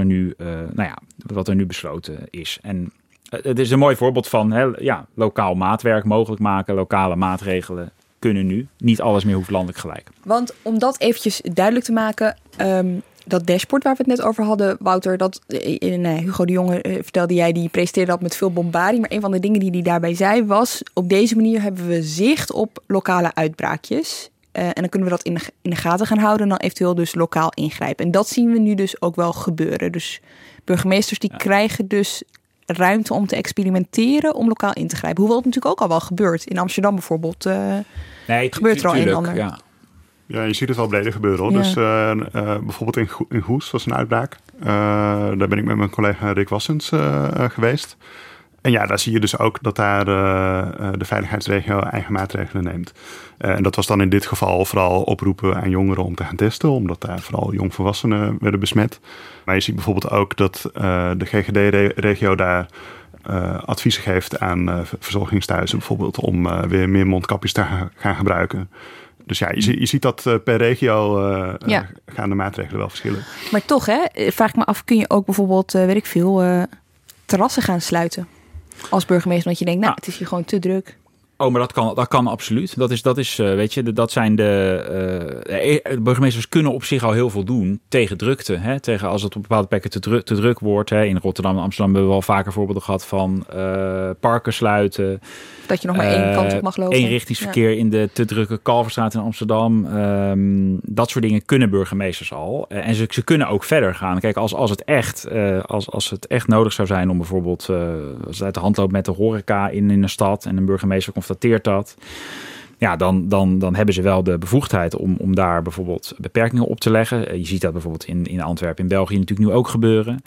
nu besloten is. En het is een mooi voorbeeld van lokaal maatwerk mogelijk maken. Lokale maatregelen kunnen nu. Niet alles meer hoeft landelijk gelijk. Want om dat eventjes duidelijk te maken, dat dashboard waar we het net over hadden, Wouter, dat Hugo de Jonge vertelde jij, die presenteerde dat met veel bombardie. Maar een van de dingen die hij daarbij zei was, op deze manier hebben we zicht op lokale uitbraakjes. En dan kunnen we dat in de gaten gaan houden en dan eventueel dus lokaal ingrijpen. En dat zien we nu dus ook wel gebeuren. Dus burgemeesters die krijgen dus ruimte om te experimenteren om lokaal in te grijpen. Hoewel het natuurlijk ook al wel gebeurt. In Amsterdam bijvoorbeeld gebeurt er al een en ander. Ja, je ziet het wel breder gebeuren hoor. Ja. Dus bijvoorbeeld in Goes was een uitbraak. Daar ben ik met mijn collega Rick Wassens geweest. En ja, daar zie je dus ook dat daar de veiligheidsregio eigen maatregelen neemt. En dat was dan in dit geval vooral oproepen aan jongeren om te gaan testen, omdat daar vooral jongvolwassenen werden besmet. Maar je ziet bijvoorbeeld ook dat de GGD-regio daar adviezen geeft aan verzorgingstehuizen bijvoorbeeld om weer meer mondkapjes te gaan gebruiken. Dus ja, je ziet dat per regio gaan de maatregelen wel verschillen. Maar toch, vraag ik me af, kun je ook bijvoorbeeld, terrassen gaan sluiten? Als burgemeester, want je denkt, het is hier gewoon te druk. Oh, maar dat kan absoluut. Dat is weet je, dat zijn de burgemeesters kunnen op zich al heel veel doen tegen drukte. Hè? Tegen als het op bepaalde plekken te druk wordt. Hè? In Rotterdam en Amsterdam hebben we wel vaker voorbeelden gehad van parken sluiten. Dat je nog maar één kant op mag lopen. Eenrichtingsverkeer in de te drukke Kalverstraat in Amsterdam. Dat soort dingen kunnen burgemeesters al. En ze kunnen ook verder gaan. Kijk, als het echt nodig zou zijn om bijvoorbeeld als het uit de hand loopt met de horeca in een stad en een burgemeester constateert dat. Ja, dan hebben ze wel de bevoegdheid om daar bijvoorbeeld beperkingen op te leggen. Je ziet dat bijvoorbeeld in Antwerpen in België natuurlijk nu ook gebeuren.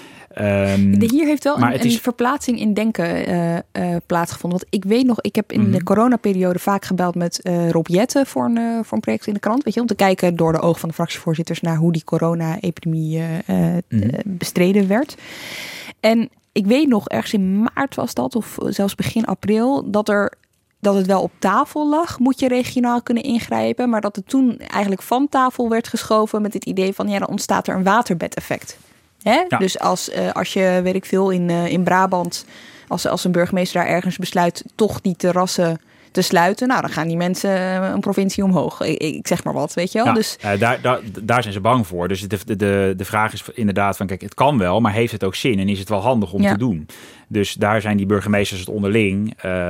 Hier heeft wel een verplaatsing in denken plaatsgevonden. Want ik weet nog, ik heb in de coronaperiode vaak gebeld met Rob Jette voor een project in de krant. Weet je, om te kijken door de ogen van de fractievoorzitters naar hoe die corona-epidemie bestreden werd. En ik weet nog, ergens in maart was dat, of zelfs begin april, dat het wel op tafel lag, moet je regionaal kunnen ingrijpen. Maar dat het toen eigenlijk van tafel werd geschoven met het idee van, dan ontstaat er een waterbedeffect. Hè? Ja. Dus als je, weet ik veel, in Brabant, als een burgemeester daar ergens besluit toch die terrassen te sluiten, dan gaan die mensen een provincie omhoog. Ik zeg maar wat, weet je wel. Ja, dus daar zijn ze bang voor. Dus de vraag is inderdaad van, kijk, het kan wel, maar heeft het ook zin en is het wel handig om te doen? Dus daar zijn die burgemeesters het onderling,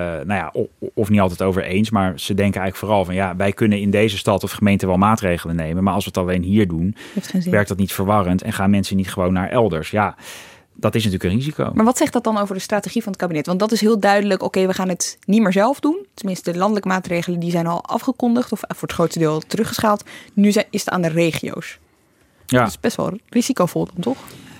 of niet altijd over eens, maar ze denken eigenlijk vooral van, wij kunnen in deze stad of gemeente wel maatregelen nemen, maar als we het alleen hier doen, werkt dat niet verwarrend en gaan mensen niet gewoon naar elders. Ja, dat is natuurlijk een risico. Maar wat zegt dat dan over de strategie van het kabinet? Want dat is heel duidelijk, oké, we gaan het niet meer zelf doen. Tenminste, de landelijke maatregelen die zijn al afgekondigd of voor het grootste deel teruggeschaald. Nu is het aan de regio's. Ja. Dat is best wel risicovol dan, toch?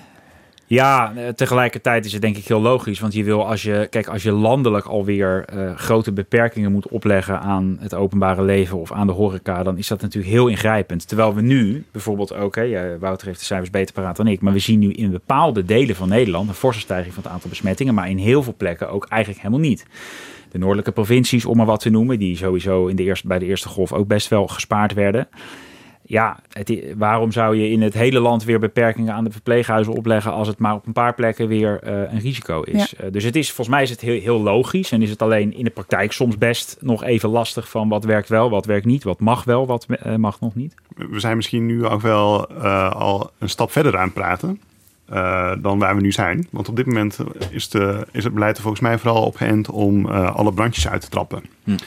Ja, tegelijkertijd is het denk ik heel logisch. Want je wil als je landelijk alweer grote beperkingen moet opleggen aan het openbare leven of aan de horeca, dan is dat natuurlijk heel ingrijpend. Terwijl we nu bijvoorbeeld ook, Wouter heeft de cijfers beter paraat dan ik, maar we zien nu in bepaalde delen van Nederland een forse stijging van het aantal besmettingen, maar in heel veel plekken ook eigenlijk helemaal niet. De noordelijke provincies, om maar wat te noemen, die sowieso bij de eerste golf ook best wel gespaard werden. Ja, waarom zou je in het hele land weer beperkingen aan de verpleeghuizen opleggen als het maar op een paar plekken weer een risico is? Ja. Dus volgens mij is het heel, heel logisch en is het alleen in de praktijk soms best nog even lastig van wat werkt wel, wat werkt niet, wat mag wel, wat mag nog niet. We zijn misschien nu ook wel al een stap verder aan het praten dan waar we nu zijn. Want op dit moment is het beleid er volgens mij vooral op geënt om alle brandjes uit te trappen.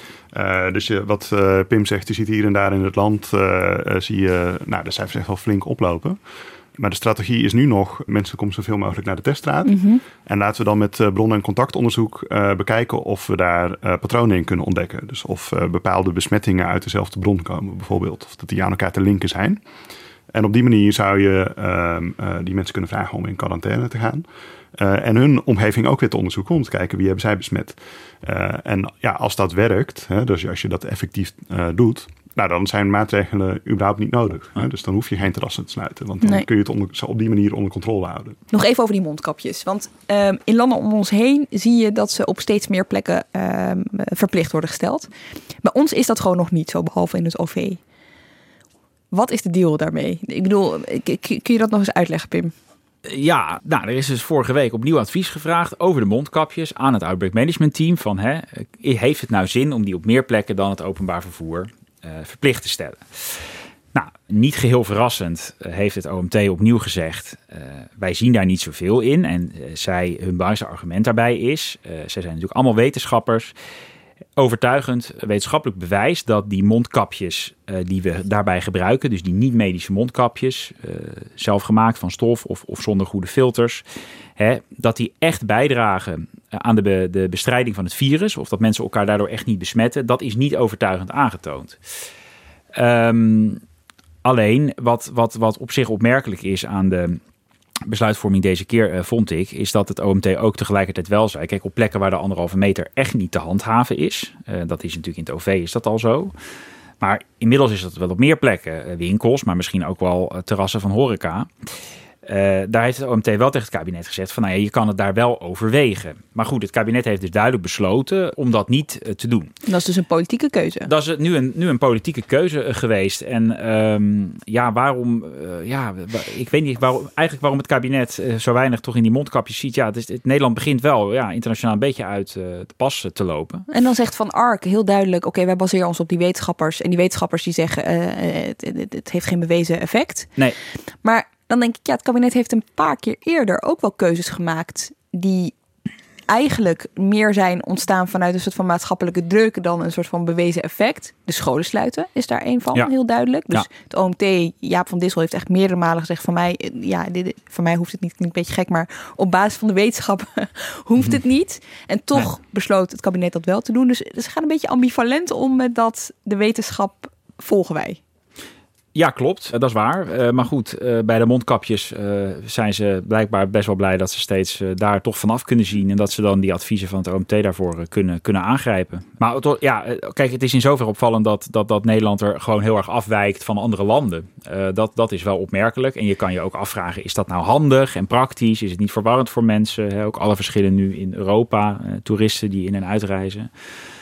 Dus wat Pim zegt, je ziet hier en daar in het land, zie je de cijfers echt wel flink oplopen. Maar de strategie is nu nog, mensen komen zoveel mogelijk naar de teststraat. Mm-hmm. En laten we dan met bron- en contactonderzoek bekijken of we daar patronen in kunnen ontdekken. Dus of bepaalde besmettingen uit dezelfde bron komen bijvoorbeeld. Of dat die aan elkaar te linken zijn. En op die manier zou je die mensen kunnen vragen om in quarantaine te gaan. En hun omgeving ook weer te onderzoeken om te kijken wie hebben zij besmet. En als dat werkt, dus als je dat effectief doet, dan zijn maatregelen überhaupt niet nodig. Dus dan hoef je geen terrassen te sluiten. Want dan kun je het op die manier onder controle houden. Nog even over die mondkapjes. Want in landen om ons heen zie je dat ze op steeds meer plekken verplicht worden gesteld. Bij ons is dat gewoon nog niet zo, behalve in het OV. Wat is de deal daarmee? Ik bedoel, kun je dat nog eens uitleggen, Pim? Ja, er is dus vorige week opnieuw advies gevraagd over de mondkapjes aan het Outbreak Management Team. Heeft het nou zin om die op meer plekken dan het openbaar vervoer verplicht te stellen? Nou, niet geheel verrassend heeft het OMT opnieuw gezegd, wij zien daar niet zoveel in. En hun belangrijkste argument daarbij is, zij zijn natuurlijk allemaal wetenschappers, overtuigend wetenschappelijk bewijs dat die mondkapjes die we daarbij gebruiken, dus die niet-medische mondkapjes, zelf gemaakt van stof of zonder goede filters, dat die echt bijdragen aan de bestrijding van het virus, of dat mensen elkaar daardoor echt niet besmetten, dat is niet overtuigend aangetoond. Alleen wat op zich opmerkelijk is aan besluitvorming deze keer vond ik, is dat het OMT ook tegelijkertijd wel zei, kijk, op plekken waar de 1,5 meter echt niet te handhaven is, dat is natuurlijk in het OV is dat al zo. Maar inmiddels is dat wel op meer plekken, winkels, maar misschien ook wel terrassen van horeca. Daar heeft het OMT wel tegen het kabinet gezegd van, nou ja, je kan het daar wel overwegen. Maar goed, het kabinet heeft dus duidelijk besloten om dat niet te doen. Dat is dus een politieke keuze. Dat is nu een politieke keuze geweest. En waarom... ik weet niet waarom het kabinet zo weinig toch in die mondkapjes ziet. Ja, Nederland begint wel internationaal een beetje uit de pas te lopen. En dan zegt Van Ark heel duidelijk, oké, wij baseren ons op die wetenschappers. En die wetenschappers die zeggen, het heeft geen bewezen effect. Nee. Maar dan denk ik, het kabinet heeft een paar keer eerder ook wel keuzes gemaakt die eigenlijk meer zijn ontstaan vanuit een soort van maatschappelijke druk dan een soort van bewezen effect. De scholen sluiten is daar één van, heel duidelijk. Dus het OMT, Jaap van Dissel heeft echt meerdere malen gezegd van mij, voor mij hoeft het niet, klinkt een beetje gek, maar op basis van de wetenschap hoeft het niet. En toch besloot het kabinet dat wel te doen. Dus ze gaan een beetje ambivalent om met dat de wetenschap volgen wij. Ja, klopt. Dat is waar. Maar goed, bij de mondkapjes zijn ze blijkbaar best wel blij dat ze steeds daar toch vanaf kunnen zien. En dat ze dan die adviezen van het OMT daarvoor kunnen aangrijpen. Maar kijk, het is in zoverre opvallend dat Nederland er gewoon heel erg afwijkt van andere landen. Dat is wel opmerkelijk. En je kan je ook afvragen, is dat nou handig en praktisch? Is het niet verwarrend voor mensen? Ook alle verschillen nu in Europa, toeristen die in- en uitreizen.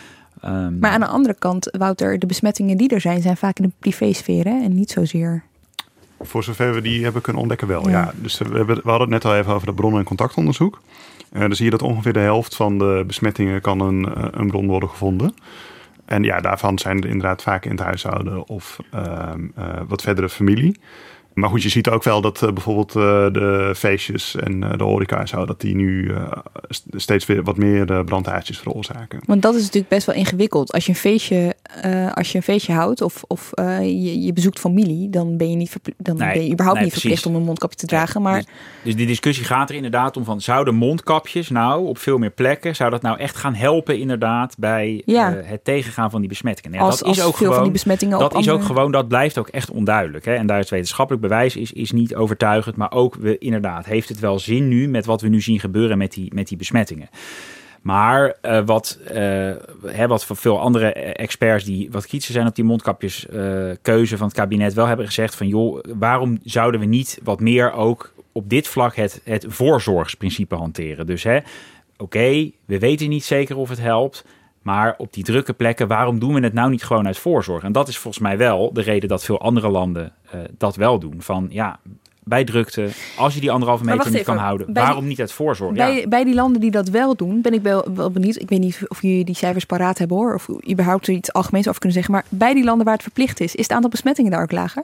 Maar aan de andere kant, Wouter, de besmettingen die er zijn vaak in de privésfeer, hè? En niet zozeer. Voor zover we die hebben kunnen ontdekken wel, ja. Dus we hadden het net al even over het bronnen- en contactonderzoek. Dan zie je dat ongeveer de helft van de besmettingen kan een bron worden gevonden. En ja, daarvan zijn er inderdaad vaak in het huishouden of wat verdere familie. Maar goed, je ziet ook wel dat bijvoorbeeld de feestjes en de horeca en zo, dat die nu steeds weer wat meer brandhaartjes veroorzaken. Want dat is natuurlijk best wel ingewikkeld. Als je een feestje houdt of je bezoekt familie, dan ben je ben je überhaupt niet verplicht om een mondkapje te dragen. Maar Dus die discussie gaat er inderdaad om van, zouden mondkapjes nou op veel meer plekken, zou dat nou echt gaan helpen inderdaad bij het tegengaan van die besmettingen? Ja, dat is ook veel van die besmettingen dat blijft ook echt onduidelijk. Hè? En daar is wetenschappelijk bewijs is niet overtuigend, maar ook inderdaad, heeft het wel zin nu met wat we nu zien gebeuren met die besmettingen? Maar wat voor veel andere experts die wat kritischer zijn op die mondkapjes keuze van het kabinet wel hebben gezegd van, joh, waarom zouden we niet wat meer ook op dit vlak het voorzorgsprincipe hanteren? Dus oké, we weten niet zeker of het helpt, maar op die drukke plekken, waarom doen we het nou niet gewoon uit voorzorg? En dat is volgens mij wel de reden dat veel andere landen dat wel doen. Van bij drukte, als je die 1,5 meter niet kan houden, waarom niet uit voorzorg? Bij die landen die dat wel doen, ben ik wel benieuwd. Ik weet niet of jullie die cijfers paraat hebben hoor, of überhaupt er iets algemeens over kunnen zeggen. Maar bij die landen waar het verplicht is het aantal besmettingen daar ook lager?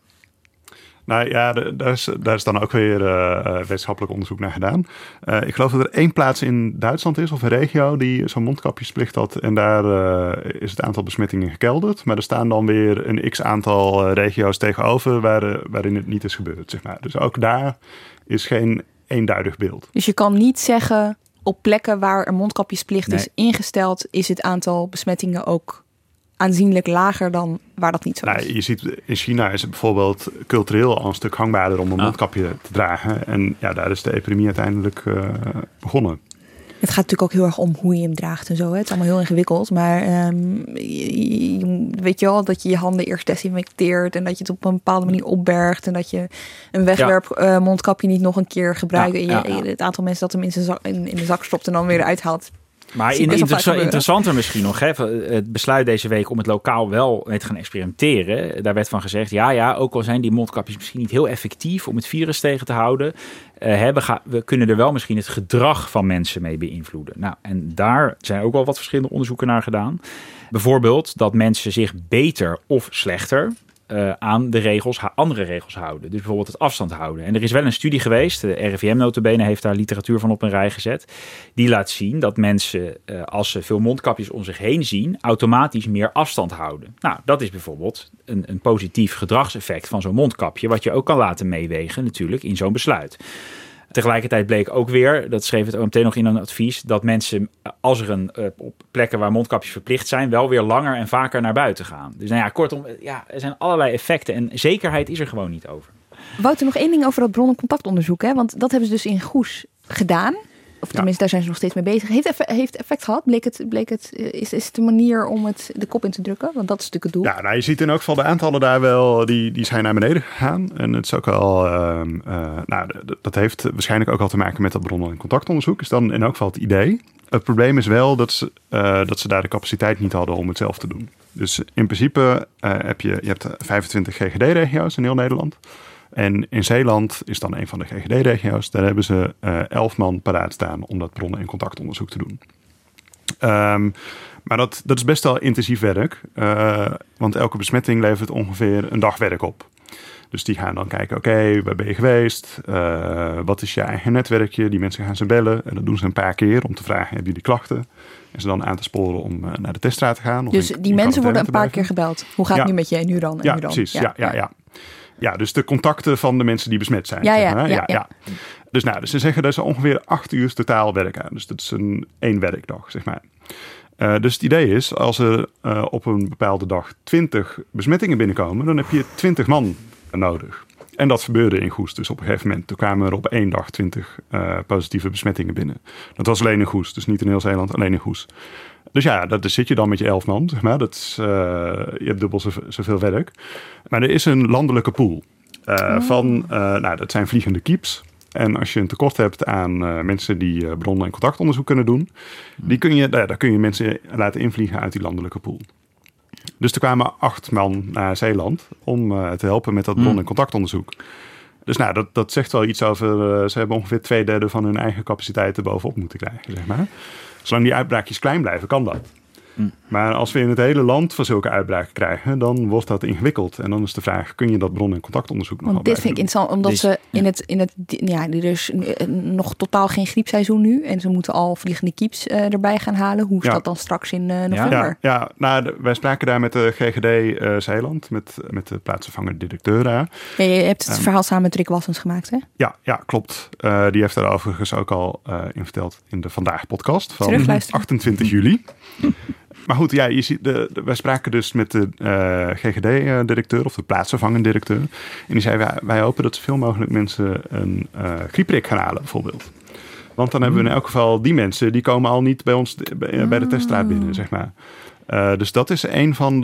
Nou ja, daar is dan ook weer wetenschappelijk onderzoek naar gedaan. Ik geloof dat er 1 plaats in Duitsland is, of een regio, die zo'n mondkapjesplicht had. En daar is het aantal besmettingen gekelderd. Maar er staan dan weer een x-aantal regio's tegenover waarin het niet is gebeurd, zeg maar. Dus ook daar is geen eenduidig beeld. Dus je kan niet zeggen, op plekken waar een mondkapjesplicht is ingesteld, is het aantal besmettingen ook aanzienlijk lager dan waar dat niet zo is. Je ziet, in China is het bijvoorbeeld cultureel al een stuk gangbaarder om een mondkapje te dragen. En ja, daar is de epidemie uiteindelijk begonnen. Het gaat natuurlijk ook heel erg om hoe je hem draagt en zo. Hè. Het is allemaal heel ingewikkeld. Maar weet je wel, dat je je handen eerst desinfecteert en dat je het op een bepaalde manier opbergt en dat je een wegwerp mondkapje niet nog een keer gebruikt. Het aantal mensen dat hem in de zak stopt en dan weer eruit haalt. Maar interessanter misschien nog, het besluit deze week om het lokaal wel mee te gaan experimenteren. Daar werd van gezegd, ook al zijn die mondkapjes misschien niet heel effectief om het virus tegen te houden, we kunnen er wel misschien het gedrag van mensen mee beïnvloeden. Nou, en daar zijn ook wel wat verschillende onderzoeken naar gedaan. Bijvoorbeeld dat mensen zich beter of slechter aan de andere regels houden. Dus bijvoorbeeld het afstand houden. En er is wel een studie geweest, de RIVM notabene heeft daar literatuur van op een rij gezet, die laat zien dat mensen, als ze veel mondkapjes om zich heen zien, automatisch meer afstand houden. Nou, dat is bijvoorbeeld een positief gedragseffect van zo'n mondkapje, wat je ook kan laten meewegen natuurlijk in zo'n besluit. Tegelijkertijd bleek ook weer, dat schreef het OMT nog in een advies, dat mensen, als er op plekken waar mondkapjes verplicht zijn, wel weer langer en vaker naar buiten gaan. Dus kortom, er zijn allerlei effecten en zekerheid is er gewoon niet over. Wouter, nog één ding over dat bron- en contactonderzoek. Hè? Want dat hebben ze dus in Goes gedaan. Of tenminste, daar zijn ze nog steeds mee bezig. Heeft effect gehad? Is het een manier om het de kop in te drukken? Want dat is natuurlijk het doel. Ja, nou, je ziet in elk geval de aantallen daar wel, die zijn naar beneden gegaan. En het is ook wel, dat heeft waarschijnlijk ook al te maken met dat bron- en contactonderzoek. Is dan in elk geval het idee. Het probleem is wel dat ze daar de capaciteit niet hadden om het zelf te doen. Dus in principe heb je hebt 25 GGD-regio's in heel Nederland. En in Zeeland is dan een van de GGD-regio's. Daar hebben ze 11 man paraat staan om dat bron- en contactonderzoek te doen. Maar dat is best wel intensief werk. Want elke besmetting levert ongeveer een dag werk op. Dus die gaan dan kijken, oké, waar ben je geweest? Wat is je eigen netwerkje? Die mensen gaan ze bellen. En dat doen ze een paar keer om te vragen, hebben jullie klachten? En ze dan aan te sporen om naar de teststraat te gaan. Dus die mensen worden een paar keer gebeld. Hoe gaat het nu met je? En nu dan? En ja, nu dan? Precies. Ja, dus de contacten van de mensen die besmet zijn. Ja. Dus ze zeggen dat ze ongeveer 8 uur totaal werk aan. Dus dat is één werkdag, zeg maar. Dus het idee is, als er op een bepaalde dag 20 besmettingen binnenkomen, dan heb je 20 man nodig. En dat gebeurde in Goes. Dus op een gegeven moment, toen kwamen er op één dag 20 positieve besmettingen binnen. Dat was alleen in Goes, dus niet in heel Zeeland, alleen in Goes. Dus ja, daar zit je dan met je 11 man, zeg maar. Je hebt dubbel zoveel werk. Maar er is een landelijke pool dat zijn vliegende keeps. En als je een tekort hebt aan mensen die bron- en contactonderzoek kunnen doen, daar kun je mensen laten invliegen uit die landelijke pool. Dus er kwamen 8 man naar Zeeland om te helpen met dat bron- en contactonderzoek. Dus dat zegt wel iets over, ze hebben ongeveer 2/3 van hun eigen capaciteit erbovenop moeten krijgen, zeg maar. Zolang die uitbraakjes klein blijven, kan dat. Maar als we in het hele land van zulke uitbraken krijgen, dan wordt dat ingewikkeld. En dan is de vraag, kun je dat bron- en contactonderzoek nog wel Want dit vind ik interessant, omdat er is nog totaal geen griepseizoen nu. En ze moeten al vliegende keeps erbij gaan halen. Hoe is dat dan straks in november? Wij spraken daar met de GGD Zeeland, met de plaatsvervanger directeur daar. Ja, je hebt het verhaal samen met Rick Wassens gemaakt, hè? Ja, klopt. Die heeft daar overigens ook al in verteld in de Vandaag podcast van 28 juli. Maar goed, ja, je ziet wij spraken dus met de GGD-directeur of de plaatsvervangende directeur. En die zei, wij hopen dat zoveel mogelijk mensen een griepprik gaan halen, bijvoorbeeld. Want dan hebben we in elk geval die mensen, die komen al niet bij ons bij de teststraat binnen, zeg maar. Dus dat is een van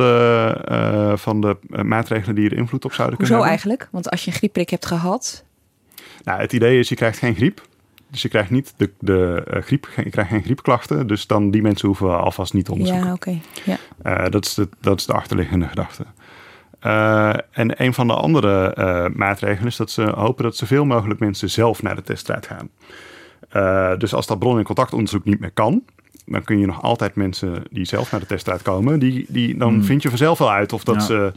de maatregelen die er invloed op zouden kunnen hebben. Hoezo eigenlijk? Want als je een griepprik hebt gehad... Nou, het idee is, je krijgt geen griep. Dus je krijgt niet je krijgt geen griepklachten. Dus dan die mensen hoeven we alvast niet te onderzoeken. Ja, oké. Ja. Dat is de achterliggende gedachte. En een van de andere maatregelen is dat ze hopen dat zoveel mogelijk mensen zelf naar de teststraat gaan. Dus als dat bron- en contactonderzoek niet meer kan, dan kun je nog altijd mensen die zelf naar de teststraat komen. Dan vind je vanzelf wel uit of dat ze...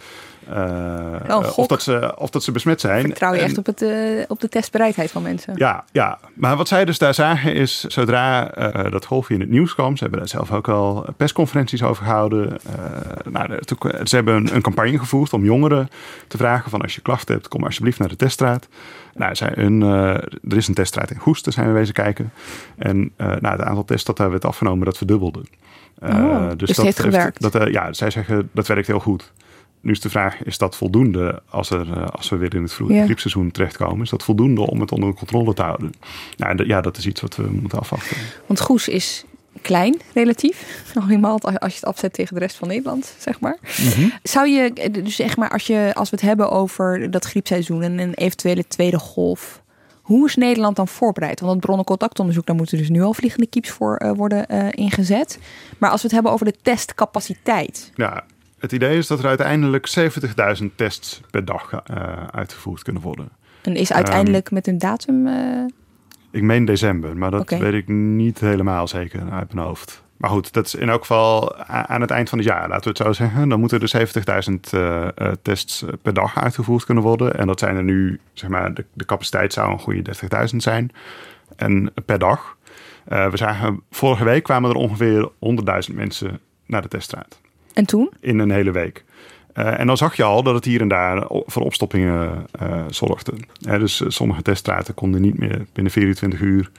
of dat ze besmet zijn. Vertrouw je echt op de testbereidheid van mensen? Ja, maar wat zij dus daar zagen is, zodra dat golfje in het nieuws kwam, ze hebben daar zelf ook al persconferenties over gehouden. Ze hebben een campagne gevoerd om jongeren te vragen van, als je klachten hebt, kom alsjeblieft naar de teststraat. Er is een teststraat in Goes, daar zijn we wezen kijken. En het aantal tests dat daar werd afgenomen, dat verdubbelde. Dus dat heeft gewerkt? Zij zeggen, dat werkt heel goed. Nu is de vraag, is dat voldoende als we weer in het vroege griepseizoen terechtkomen? Is dat voldoende om het onder controle te houden? Dat is iets wat we moeten afwachten. Want Goes is klein, relatief. Nog eenmaal als je het afzet tegen de rest van Nederland, zeg maar. Mm-hmm. Zou je, dus zeg maar, als we het hebben over dat griepseizoen en een eventuele tweede golf, hoe is Nederland dan voorbereid? Want dat bron- en contactonderzoek, daar moeten dus nu al vliegende keeps voor worden ingezet. Maar als we het hebben over de testcapaciteit. Ja. Het idee is dat er uiteindelijk 70.000 tests per dag uitgevoerd kunnen worden. En is uiteindelijk met een datum? Ik meen december, maar dat weet ik niet helemaal zeker uit mijn hoofd. Maar goed, dat is in elk geval aan het eind van het jaar, laten we het zo zeggen. Dan moeten er 70.000 tests per dag uitgevoerd kunnen worden. En dat zijn er nu, zeg maar, de capaciteit zou een goede 30.000 zijn. En per dag. We zagen, vorige week kwamen er ongeveer 100.000 mensen naar de teststraat. En toen? In een hele week. En dan zag je al dat het hier en daar voor opstoppingen zorgde. Dus sommige teststraten konden niet meer binnen 24 uur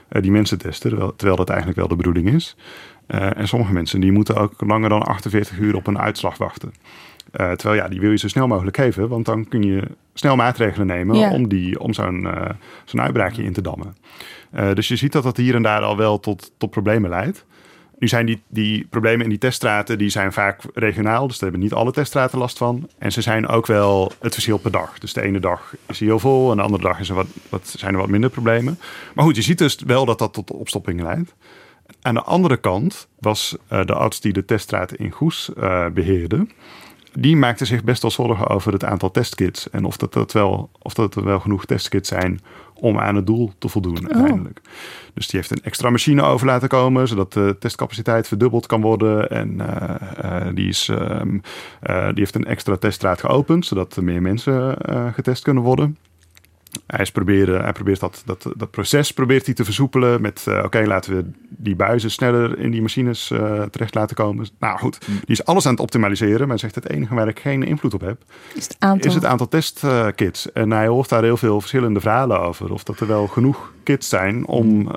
die mensen testen, terwijl dat eigenlijk wel de bedoeling is. En sommige mensen die moeten ook langer dan 48 uur op een uitslag wachten. Terwijl die wil je zo snel mogelijk geven, want dan kun je snel maatregelen nemen om zo'n uitbraakje in te dammen. Dus je ziet dat hier en daar al wel tot problemen leidt. Nu zijn die problemen in die teststraten, die zijn vaak regionaal, dus daar hebben niet alle teststraten last van. En ze zijn ook wel het verschil per dag. Dus de ene dag is hij heel vol en de andere dag zijn er wat minder problemen. Maar goed, je ziet dus wel dat dat tot opstoppingen leidt. Aan de andere kant was de arts die de teststraat in Goes beheerde, die maakte zich best wel zorgen over het aantal testkits. En of dat er wel genoeg testkits zijn om aan het doel te voldoen uiteindelijk. Dus die heeft een extra machine over laten komen, zodat de testcapaciteit verdubbeld kan worden. En die heeft een extra teststraat geopend, zodat er meer mensen getest kunnen worden. Hij probeert dat proces te versoepelen met laten we die buizen sneller in die machines terecht laten komen. Nou goed, die is alles aan het optimaliseren, maar zegt het enige waar ik geen invloed op heb, is het aantal testkits. En hij hoort daar heel veel verschillende verhalen over. Of dat er wel genoeg kits zijn om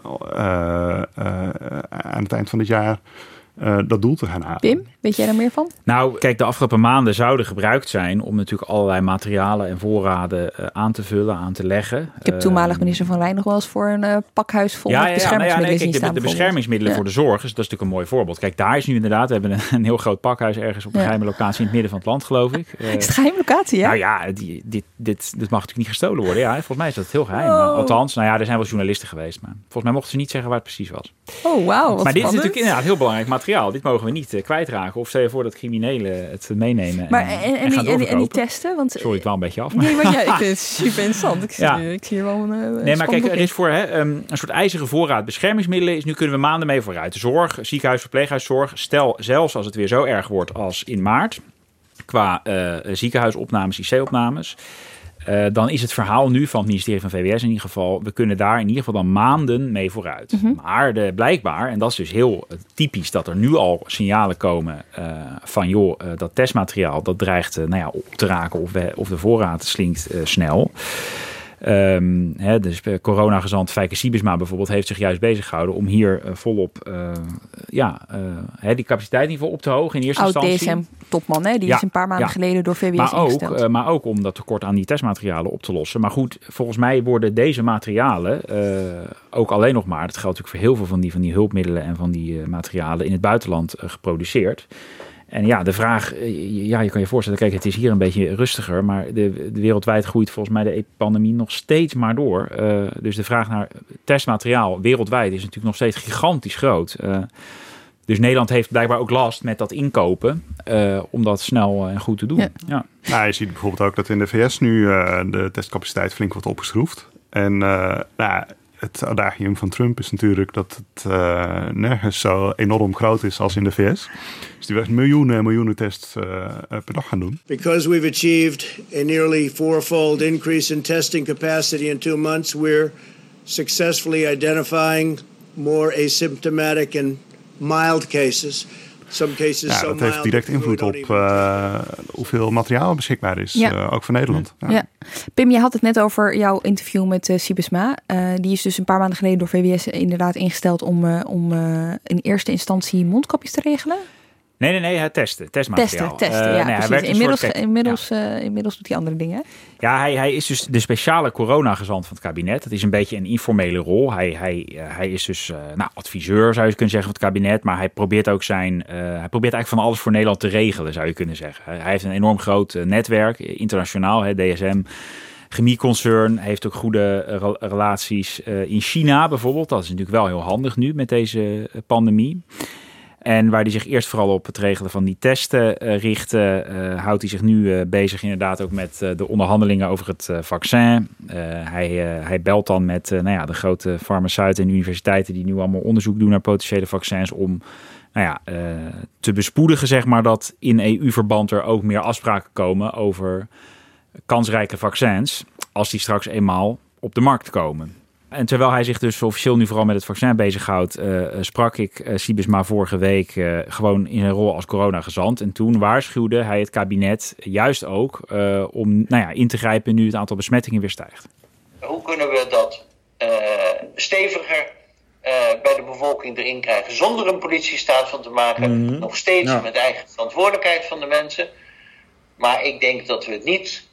aan het eind van het jaar dat doel te gaan halen. Pim, weet jij er meer van? Nou, kijk, de afgelopen maanden zouden gebruikt zijn om natuurlijk allerlei materialen en voorraden aan te vullen, aan te leggen. Ik heb toenmalig minister Van Rijn nog wel eens voor een pakhuis vol met beschermingsmiddelen zien staan. De beschermingsmiddelen voor de zorg, dus dat is natuurlijk een mooi voorbeeld. Kijk, daar is nu inderdaad, we hebben een heel groot pakhuis ergens op een geheime locatie in het midden van het land, geloof ik. Is het een geheime locatie, ja? Nou ja, dit mag natuurlijk niet gestolen worden. Ja, volgens mij is dat heel geheim. Althans, er zijn wel journalisten geweest, maar volgens mij mochten ze niet zeggen waar het precies was. Oh, wauw. Maar dit is natuurlijk inderdaad heel belangrijk materiaal. Dit mogen we niet kwijtraken. Of stel je voor dat criminelen het meenemen. Maar en die testen? Want, sorry, ik wel een beetje af. Maar... Nee, maar ik vind het super interessant. Ik zie hier wel een nee, maar kijk, er is voor een soort ijzeren voorraad beschermingsmiddelen. Nu kunnen we maanden mee vooruit. De zorg, ziekenhuis, verpleeghuiszorg. Stel, zelfs als het weer zo erg wordt als in maart. Qua ziekenhuisopnames, IC-opnames. Dan is het verhaal nu van het ministerie van VWS in ieder geval, we kunnen daar in ieder geval dan maanden mee vooruit. Mm-hmm. Maar blijkbaar, en dat is dus heel typisch, dat er nu al signalen komen van dat testmateriaal dat dreigt op te raken of de voorraad slinkt snel. Dus coronagezant Fijke Siebesma bijvoorbeeld heeft zich juist bezig gehouden om hier volop die capaciteit in ieder geval op te hogen in eerste instantie. DSM-topman, die is een paar maanden geleden door VWS ingesteld. Maar ook om dat tekort aan die testmaterialen op te lossen. Maar goed, volgens mij worden deze materialen ook alleen nog maar, dat geldt natuurlijk voor heel veel van die hulpmiddelen en van die materialen in het buitenland geproduceerd. En de vraag, je kan je voorstellen, kijk, het is hier een beetje rustiger, maar de wereldwijd groeit volgens mij de pandemie nog steeds maar door. Dus de vraag naar testmateriaal wereldwijd is natuurlijk nog steeds gigantisch groot. Dus Nederland heeft blijkbaar ook last met dat inkopen, om dat snel en goed te doen. Ja. Nou, je ziet bijvoorbeeld ook dat in de VS nu de testcapaciteit flink wordt opgeschroefd. En het adagium van Trump is natuurlijk dat het nergens zo enorm groot is als in de VS. Dus die wil miljoenen tests per dag gaan doen. Because we've achieved a nearly fourfold increase in testing capacity in 2 months, we're successfully identifying more asymptomatic and mild cases. Dat heeft direct invloed op hoeveel materiaal beschikbaar is, ook voor Nederland. Ja. Pim, je had het net over jouw interview met Siebesma. Die is dus een paar maanden geleden door VWS inderdaad ingesteld om in eerste instantie mondkapjes te regelen. Nee, testmateriaal. Testen, precies. Inmiddels doet hij andere dingen. Ja, hij is dus de speciale coronagezant van het kabinet. Dat is een beetje een informele rol. Hij is dus adviseur, zou je kunnen zeggen, van het kabinet. Maar hij probeert ook hij probeert eigenlijk van alles voor Nederland te regelen, zou je kunnen zeggen. Hij heeft een enorm groot netwerk, internationaal, DSM. Chemieconcern, heeft ook goede relaties in China bijvoorbeeld. Dat is natuurlijk wel heel handig nu met deze pandemie. En waar hij zich eerst vooral op het regelen van die testen richtte, houdt hij zich nu bezig inderdaad ook met de onderhandelingen over het vaccin. Hij belt dan met de grote farmaceuten en universiteiten die nu allemaal onderzoek doen naar potentiële vaccins om te bespoedigen, zeg maar, dat in EU-verband er ook meer afspraken komen over kansrijke vaccins als die straks eenmaal op de markt komen. En terwijl hij zich dus officieel nu vooral met het vaccin bezighoudt, sprak ik Siebesma vorige week gewoon in zijn rol als coronagezant. En toen waarschuwde hij het kabinet juist ook om in te grijpen nu het aantal besmettingen weer stijgt. Hoe kunnen we dat steviger bij de bevolking erin krijgen zonder een politiestaat van te maken. Nog steeds met eigen verantwoordelijkheid van de mensen. Maar ik denk dat we het niet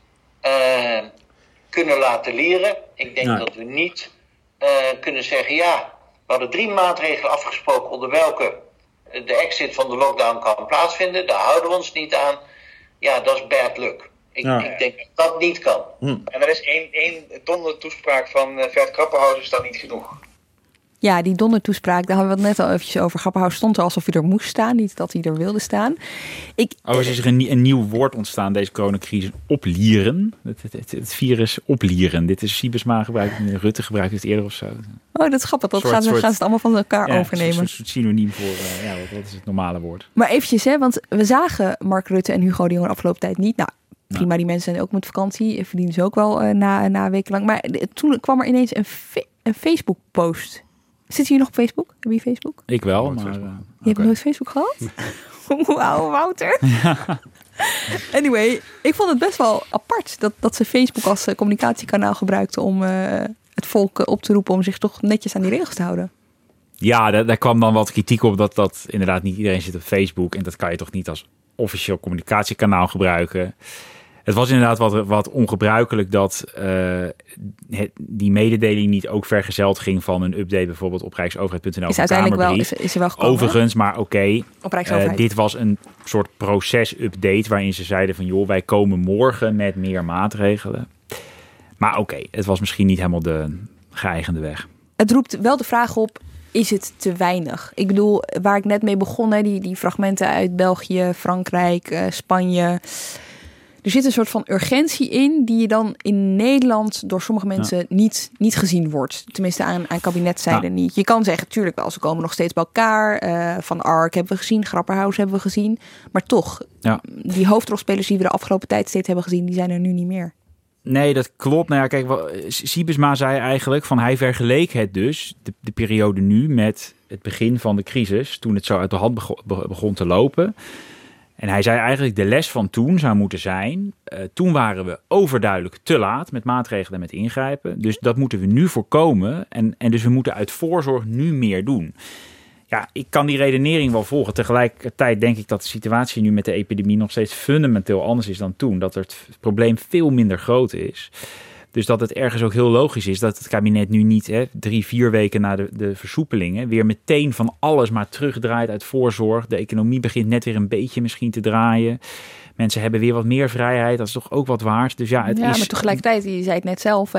kunnen laten leren. Ik denk dat we niet kunnen zeggen, we hadden 3 maatregelen afgesproken onder welke de exit van de lockdown kan plaatsvinden. Daar houden we ons niet aan. Ja, dat is bad luck. Ik denk dat dat niet kan. En er is één dondertoespraak van Vert Grapperhaus, is dat niet genoeg? Ja, die dondertoespraak, daar hadden we het net al eventjes over. Grapperhaus stond er alsof hij er moest staan, niet dat hij er wilde staan. Is er een nieuw woord ontstaan, deze coronacrisis, oplieren. Het virus oplieren. Dit is Siebesma gebruikt, Rutte gebruikt het eerder of zo. Oh, dat is grappig. Dat gaan ze het allemaal van elkaar overnemen. Een soort synoniem voor, wat is het normale woord. Maar eventjes, want we zagen Mark Rutte en Hugo de Jonge de afgelopen tijd niet. Nou, prima, die mensen zijn ook met vakantie. Verdienen ze ook wel na weken lang. Maar toen kwam er ineens een Facebook-post. Zit je hier nog op Facebook? Heb je Facebook? Ik wel, maar... Je hebt nooit Facebook gehad? Wauw, Wouter. Ja. Anyway, ik vond het best wel apart dat ze Facebook als communicatiekanaal gebruikten om het volk op te roepen om zich toch netjes aan die regels te houden. Ja, daar kwam dan wat kritiek op dat inderdaad niet iedereen zit op Facebook en dat kan je toch niet als officieel communicatiekanaal gebruiken. Het was inderdaad wat ongebruikelijk dat die mededeling niet ook vergezeld ging van een update bijvoorbeeld op rijksoverheid.nl. Is uiteindelijk wel, is er wel gekomen. Overigens, maar oké. Op Rijksoverheid. Dit was een soort proces-update waarin ze zeiden van joh, wij komen morgen met meer maatregelen. Maar oké, het was misschien niet helemaal de geëigende weg. Het roept wel de vraag op, is het te weinig? Ik bedoel, waar ik net mee begon, die fragmenten uit België, Frankrijk, Spanje. Er zit een soort van urgentie in die je dan in Nederland door sommige mensen niet gezien wordt. Tenminste aan kabinetzijde niet. Je kan zeggen, tuurlijk wel, ze komen nog steeds bij elkaar. Van Ark hebben we gezien, Grapperhaus hebben we gezien. Maar toch, die hoofdrolspelers die we de afgelopen tijd steeds hebben gezien, die zijn er nu niet meer. Nee, dat klopt. Nou ja, kijk, Siebesma zei eigenlijk van hij vergeleek het dus, de periode nu, met het begin van de crisis, toen het zo uit de hand begon te lopen. En hij zei eigenlijk de les van toen zou moeten zijn, toen waren we overduidelijk te laat met maatregelen en met ingrijpen. Dus dat moeten we nu voorkomen en dus we moeten uit voorzorg nu meer doen. Ja, ik kan die redenering wel volgen. Tegelijkertijd denk ik dat de situatie nu met de epidemie nog steeds fundamenteel anders is dan toen. Dat het probleem veel minder groot is. Dus dat het ergens ook heel logisch is dat het kabinet nu niet 3-4 weken na de versoepelingen weer meteen van alles maar terugdraait uit voorzorg. De economie begint net weer een beetje misschien te draaien. Mensen hebben weer wat meer vrijheid. Dat is toch ook wat waard. Dus ja, het is... maar tegelijkertijd, je zei het net zelf,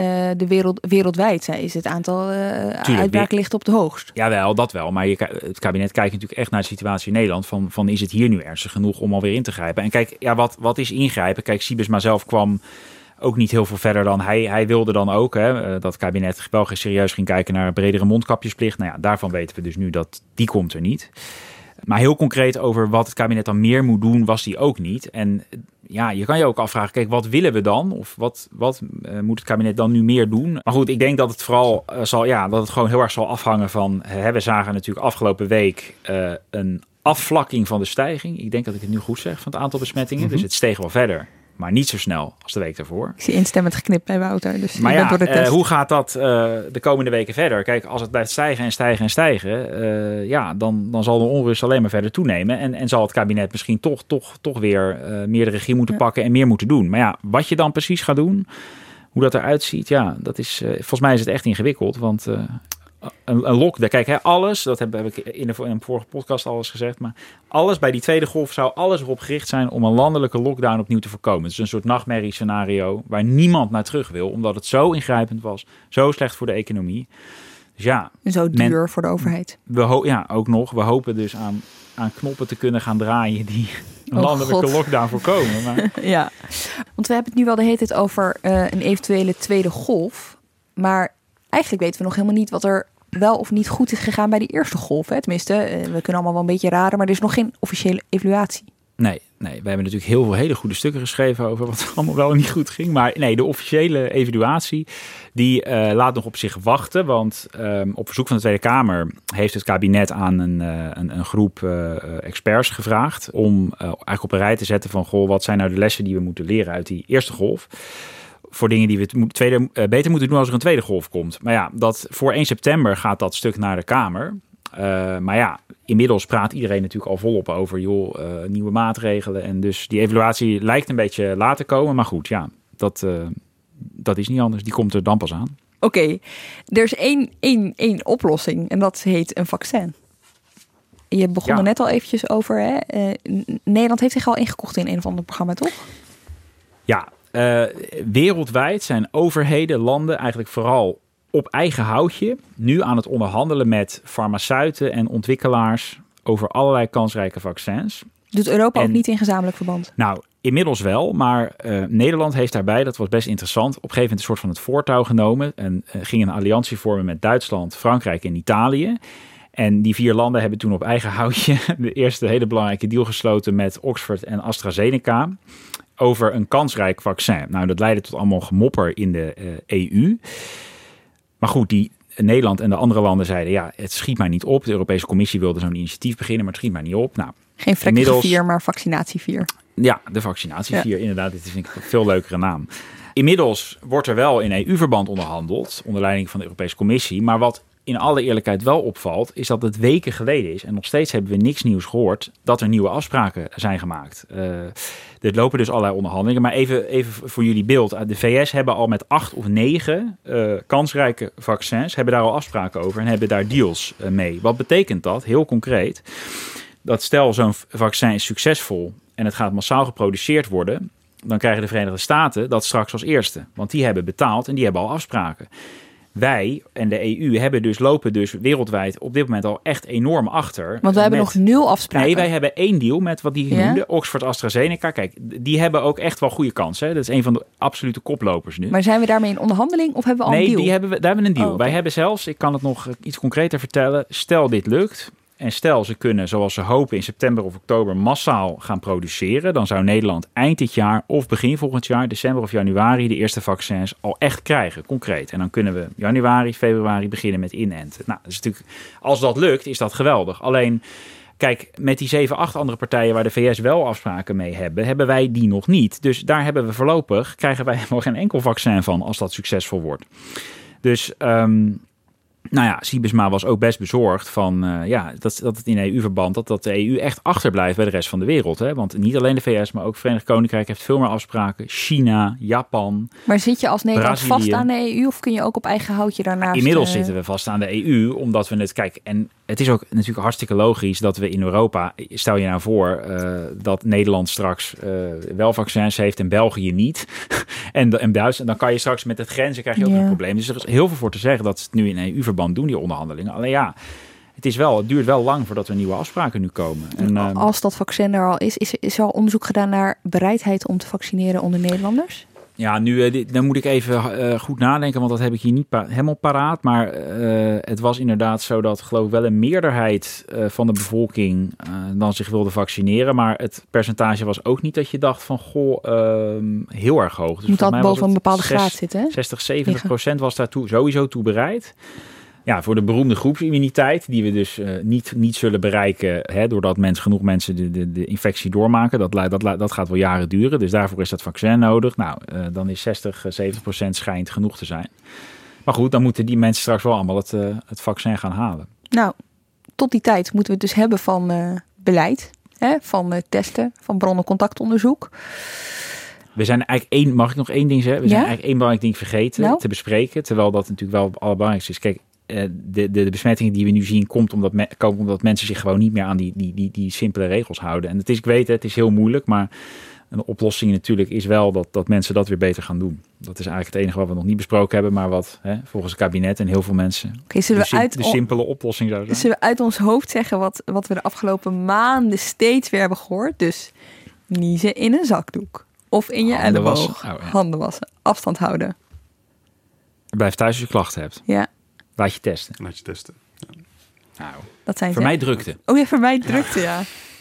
wereldwijd is het aantal uitbraken ligt op de hoogst. Jawel, dat wel. Maar het kabinet kijkt natuurlijk echt naar de situatie in Nederland. Van is het hier nu ernstig genoeg om alweer in te grijpen? En kijk, ja, wat is ingrijpen? Kijk, Siebesma zelf kwam ook niet heel veel verder dan hij wilde dan ook. Dat het kabinet wel serieus ging kijken naar een bredere mondkapjesplicht. Nou ja, daarvan weten we dus nu dat die komt er niet. Maar heel concreet over wat het kabinet dan meer moet doen, was die ook niet. En ja, je kan je ook afvragen, kijk, wat willen we dan? Of wat moet het kabinet dan nu meer doen? Maar goed, ik denk dat het vooral dat het gewoon heel erg zal afhangen van... we zagen natuurlijk afgelopen week een afvlakking van de stijging. Ik denk dat ik het nu goed zeg, van het aantal besmettingen. Mm-hmm. Dus het steeg wel verder. Maar niet zo snel als de week daarvoor. Ik zie instemmend geknipt bij Wouter. Dus maar ja, door de test. Hoe gaat dat de komende weken verder? Kijk, als het blijft stijgen en stijgen en stijgen... dan zal de onrust alleen maar verder toenemen. En zal het kabinet misschien toch weer meer de regie moeten pakken... en meer moeten doen. Maar ja, wat je dan precies gaat doen... hoe dat eruit ziet, ja, dat is... volgens mij is het echt ingewikkeld, want... Een lockdown. Kijk, alles, dat heb ik in een vorige podcast al eens gezegd, maar alles bij die tweede golf zou alles erop gericht zijn om een landelijke lockdown opnieuw te voorkomen. Het is een soort nachtmerriescenario waar niemand naar terug wil, omdat het zo ingrijpend was, zo slecht voor de economie. Dus ja. Zo duur voor de overheid. Ook nog. We hopen dus aan knoppen te kunnen gaan draaien die een landelijke lockdown voorkomen. Maar... Ja, want we hebben het nu wel de hele tijd over een eventuele tweede golf, maar eigenlijk weten we nog helemaal niet wat er wel of niet goed is gegaan bij die eerste golf. Hè? Tenminste, we kunnen allemaal wel een beetje raden, maar er is nog geen officiële evaluatie. Nee, we hebben natuurlijk heel veel hele goede stukken geschreven over wat allemaal wel en niet goed ging. Maar nee, de officiële evaluatie, die laat nog op zich wachten. Want op verzoek van de Tweede Kamer heeft het kabinet aan een groep experts gevraagd om eigenlijk op een rij te zetten van, wat zijn nou de lessen die we moeten leren uit die eerste golf? voor dingen die we beter moeten doen als er een tweede golf komt. Maar ja, dat voor 1 september gaat dat stuk naar de Kamer. Maar ja, inmiddels praat iedereen natuurlijk al volop over nieuwe maatregelen. En dus die evaluatie lijkt een beetje laat te komen. Maar goed, ja, dat is niet anders. Die komt er dan pas aan. Oké, er is één oplossing en dat heet een vaccin. Je begon er net al eventjes over. Hè? Nederland heeft zich al ingekocht in een of ander programma, toch? Ja, wereldwijd zijn overheden, landen eigenlijk vooral op eigen houtje nu aan het onderhandelen met farmaceuten en ontwikkelaars over allerlei kansrijke vaccins. Doet Europa ook niet in gezamenlijk verband? Nou, inmiddels wel, maar Nederland heeft daarbij, dat was best interessant, op een gegeven moment een soort van het voortouw genomen en ging een alliantie vormen met Duitsland, Frankrijk en Italië. En die 4 landen hebben toen op eigen houtje de eerste hele belangrijke deal gesloten met Oxford en AstraZeneca over een kansrijk vaccin. Nou, dat leidde tot allemaal gemopper in de EU. Maar goed, Nederland en de andere landen zeiden, ja, het schiet maar niet op. De Europese Commissie wilde zo'n initiatief beginnen, maar het schiet maar niet op. Nou, geen vrekkige 4, maar vaccinatie 4. Ja, de vaccinatie 4, inderdaad. Dit vind ik een veel leukere naam. Inmiddels wordt er wel in EU-verband onderhandeld, onder leiding van de Europese Commissie. Maar wat in alle eerlijkheid wel opvalt, is dat het weken geleden is. En nog steeds hebben we niks nieuws gehoord dat er nieuwe afspraken zijn gemaakt. Er lopen dus allerlei onderhandelingen. Maar even voor jullie beeld. De VS hebben al met 8 of 9 kansrijke vaccins, hebben daar al afspraken over en hebben daar deals mee. Wat betekent dat? Heel concreet. Dat stel zo'n vaccin is succesvol en het gaat massaal geproduceerd worden, dan krijgen de Verenigde Staten dat straks als eerste. Want die hebben betaald en die hebben al afspraken. Wij en de EU lopen dus wereldwijd op dit moment al echt enorm achter. Want wij hebben nog 0 afspraken. Nee, wij hebben 1 deal met wat die noemde, Oxford AstraZeneca. Kijk, die hebben ook echt wel goede kansen. Hè? Dat is een van de absolute koplopers nu. Maar zijn we daarmee in onderhandeling of hebben we al een deal? Nee, daar hebben we een deal. Wij hebben zelfs, ik kan het nog iets concreter vertellen, stel dit lukt. En stel ze kunnen, zoals ze hopen, in september of oktober massaal gaan produceren. Dan zou Nederland eind dit jaar of begin volgend jaar, december of januari, de eerste vaccins al echt krijgen, concreet. En dan kunnen we januari, februari beginnen met inenten. Nou, dat is natuurlijk, als dat lukt, is dat geweldig. Alleen, kijk, met die 7, 8 andere partijen waar de VS wel afspraken mee hebben, hebben wij die nog niet. Dus daar hebben we voorlopig, krijgen wij helemaal geen enkel vaccin van als dat succesvol wordt. Dus nou ja, Siebesma was ook best bezorgd van dat het in EU-verband, dat de EU echt achterblijft bij de rest van de wereld. Hè? Want niet alleen de VS, maar ook het Verenigd Koninkrijk heeft veel meer afspraken. China, Japan. Maar zit je als Nederland Brazilië vast aan de EU of kun je ook op eigen houtje daarnaast? Inmiddels zitten we vast aan de EU, omdat we het, kijk, en het is ook natuurlijk hartstikke logisch dat we in Europa, stel je nou voor dat Nederland straks wel vaccins heeft en België niet. en Duitsland, dan kan je straks met het grenzen krijg je ook een probleem. Dus er is heel veel voor te zeggen dat ze het nu in EU-verband doen, die onderhandelingen. Alleen ja, het duurt wel lang voordat er nieuwe afspraken nu komen. En, als dat vaccin er al is er al onderzoek gedaan naar bereidheid om te vaccineren onder Nederlanders? Ja, dan moet ik even goed nadenken, want dat heb ik hier niet helemaal paraat. Maar het was inderdaad zo dat, geloof ik, wel een meerderheid van de bevolking dan zich wilde vaccineren. Maar het percentage was ook niet dat je dacht van, heel erg hoog. Dus moet dat boven een bepaalde graad zitten, hè? 60-70% was daar sowieso toe bereid. Ja, voor de beroemde groepsimmuniteit, die we dus niet zullen bereiken, hè, doordat genoeg mensen de infectie doormaken. Dat gaat wel jaren duren, dus daarvoor is dat vaccin nodig. Nou, dan is 60-70% schijnt genoeg te zijn. Maar goed, dan moeten die mensen straks wel allemaal het vaccin gaan halen. Nou, tot die tijd moeten we het dus hebben van beleid, hè, van testen, van bronnen-contactonderzoek. We zijn eigenlijk mag ik nog één ding zeggen? We zijn eigenlijk één belangrijk ding vergeten te bespreken, terwijl dat natuurlijk wel het allerbelangrijkste is. Kijk, de besmettingen die we nu zien komt omdat mensen zich gewoon niet meer aan die simpele regels houden. En ik weet het is heel moeilijk, maar een oplossing natuurlijk is wel dat mensen dat weer beter gaan doen. Dat is eigenlijk het enige wat we nog niet besproken hebben, maar wat volgens het kabinet en heel veel mensen de simpele oplossing zou zijn. Zullen we uit ons hoofd zeggen wat we de afgelopen maanden steeds weer hebben gehoord? Dus niezen in een zakdoek. Of in je elleboog. Handen wassen. Afstand houden. Blijf thuis als je klachten hebt. Ja. Laat je testen. Ja. Nou, dat zijn voor mij drukte. Oh ja, voor mij drukte, ja.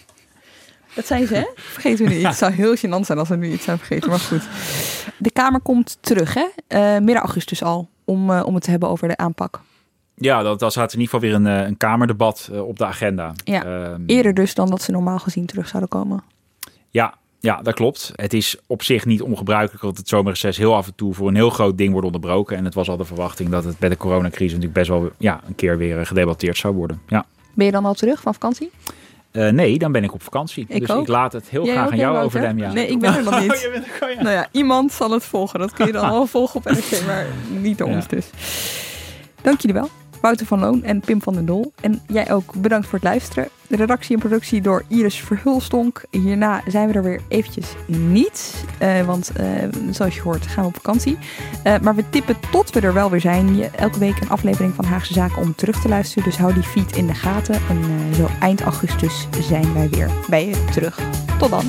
Dat zijn ze, hè? Vergeten we niet. Het zou heel gênant zijn als we nu iets zijn vergeten, maar goed. De Kamer komt terug, hè? Midden augustus al, om het te hebben over de aanpak. Ja, dat staat in ieder geval weer een Kamerdebat op de agenda. Ja, eerder dus dan dat ze normaal gezien terug zouden komen. Ja, Ja, dat klopt. Het is op zich niet ongebruikelijk dat het zomerreces heel af en toe voor een heel groot ding wordt onderbroken. En het was al de verwachting dat het bij de coronacrisis natuurlijk best wel een keer weer gedebatteerd zou worden. Ja. Ben je dan al terug van vakantie? Nee, dan ben ik op vakantie. Ik ook. Ik laat het heel graag aan jou over, Lem. Ja. Nee, ik ben er nog niet. Nou ja, iemand zal het volgen. Dat kun je dan al volgen op NRC, maar niet door ons dus. Dank jullie wel. Wouter van Loon en Pim van den Doel. En jij ook bedankt voor het luisteren. De redactie en productie door Iris Verhulstonk. Hierna zijn we er weer eventjes niet. Want zoals je hoort gaan we op vakantie. Maar we tippen tot we er wel weer zijn. Elke week een aflevering van Haagse Zaken om terug te luisteren. Dus hou die feed in de gaten. En zo eind augustus zijn wij weer bij je terug. Tot dan.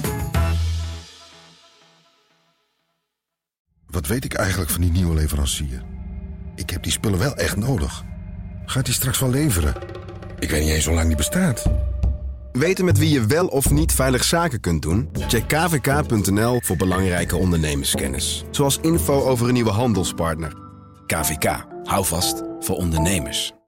Wat weet ik eigenlijk van die nieuwe leverancier? Ik heb die spullen wel echt nodig. Gaat hij straks wel leveren? Ik weet niet eens hoe lang die bestaat. Weten met wie je wel of niet veilig zaken kunt doen? Check kvk.nl voor belangrijke ondernemerskennis. Zoals info over een nieuwe handelspartner. KVK, hou vast voor ondernemers.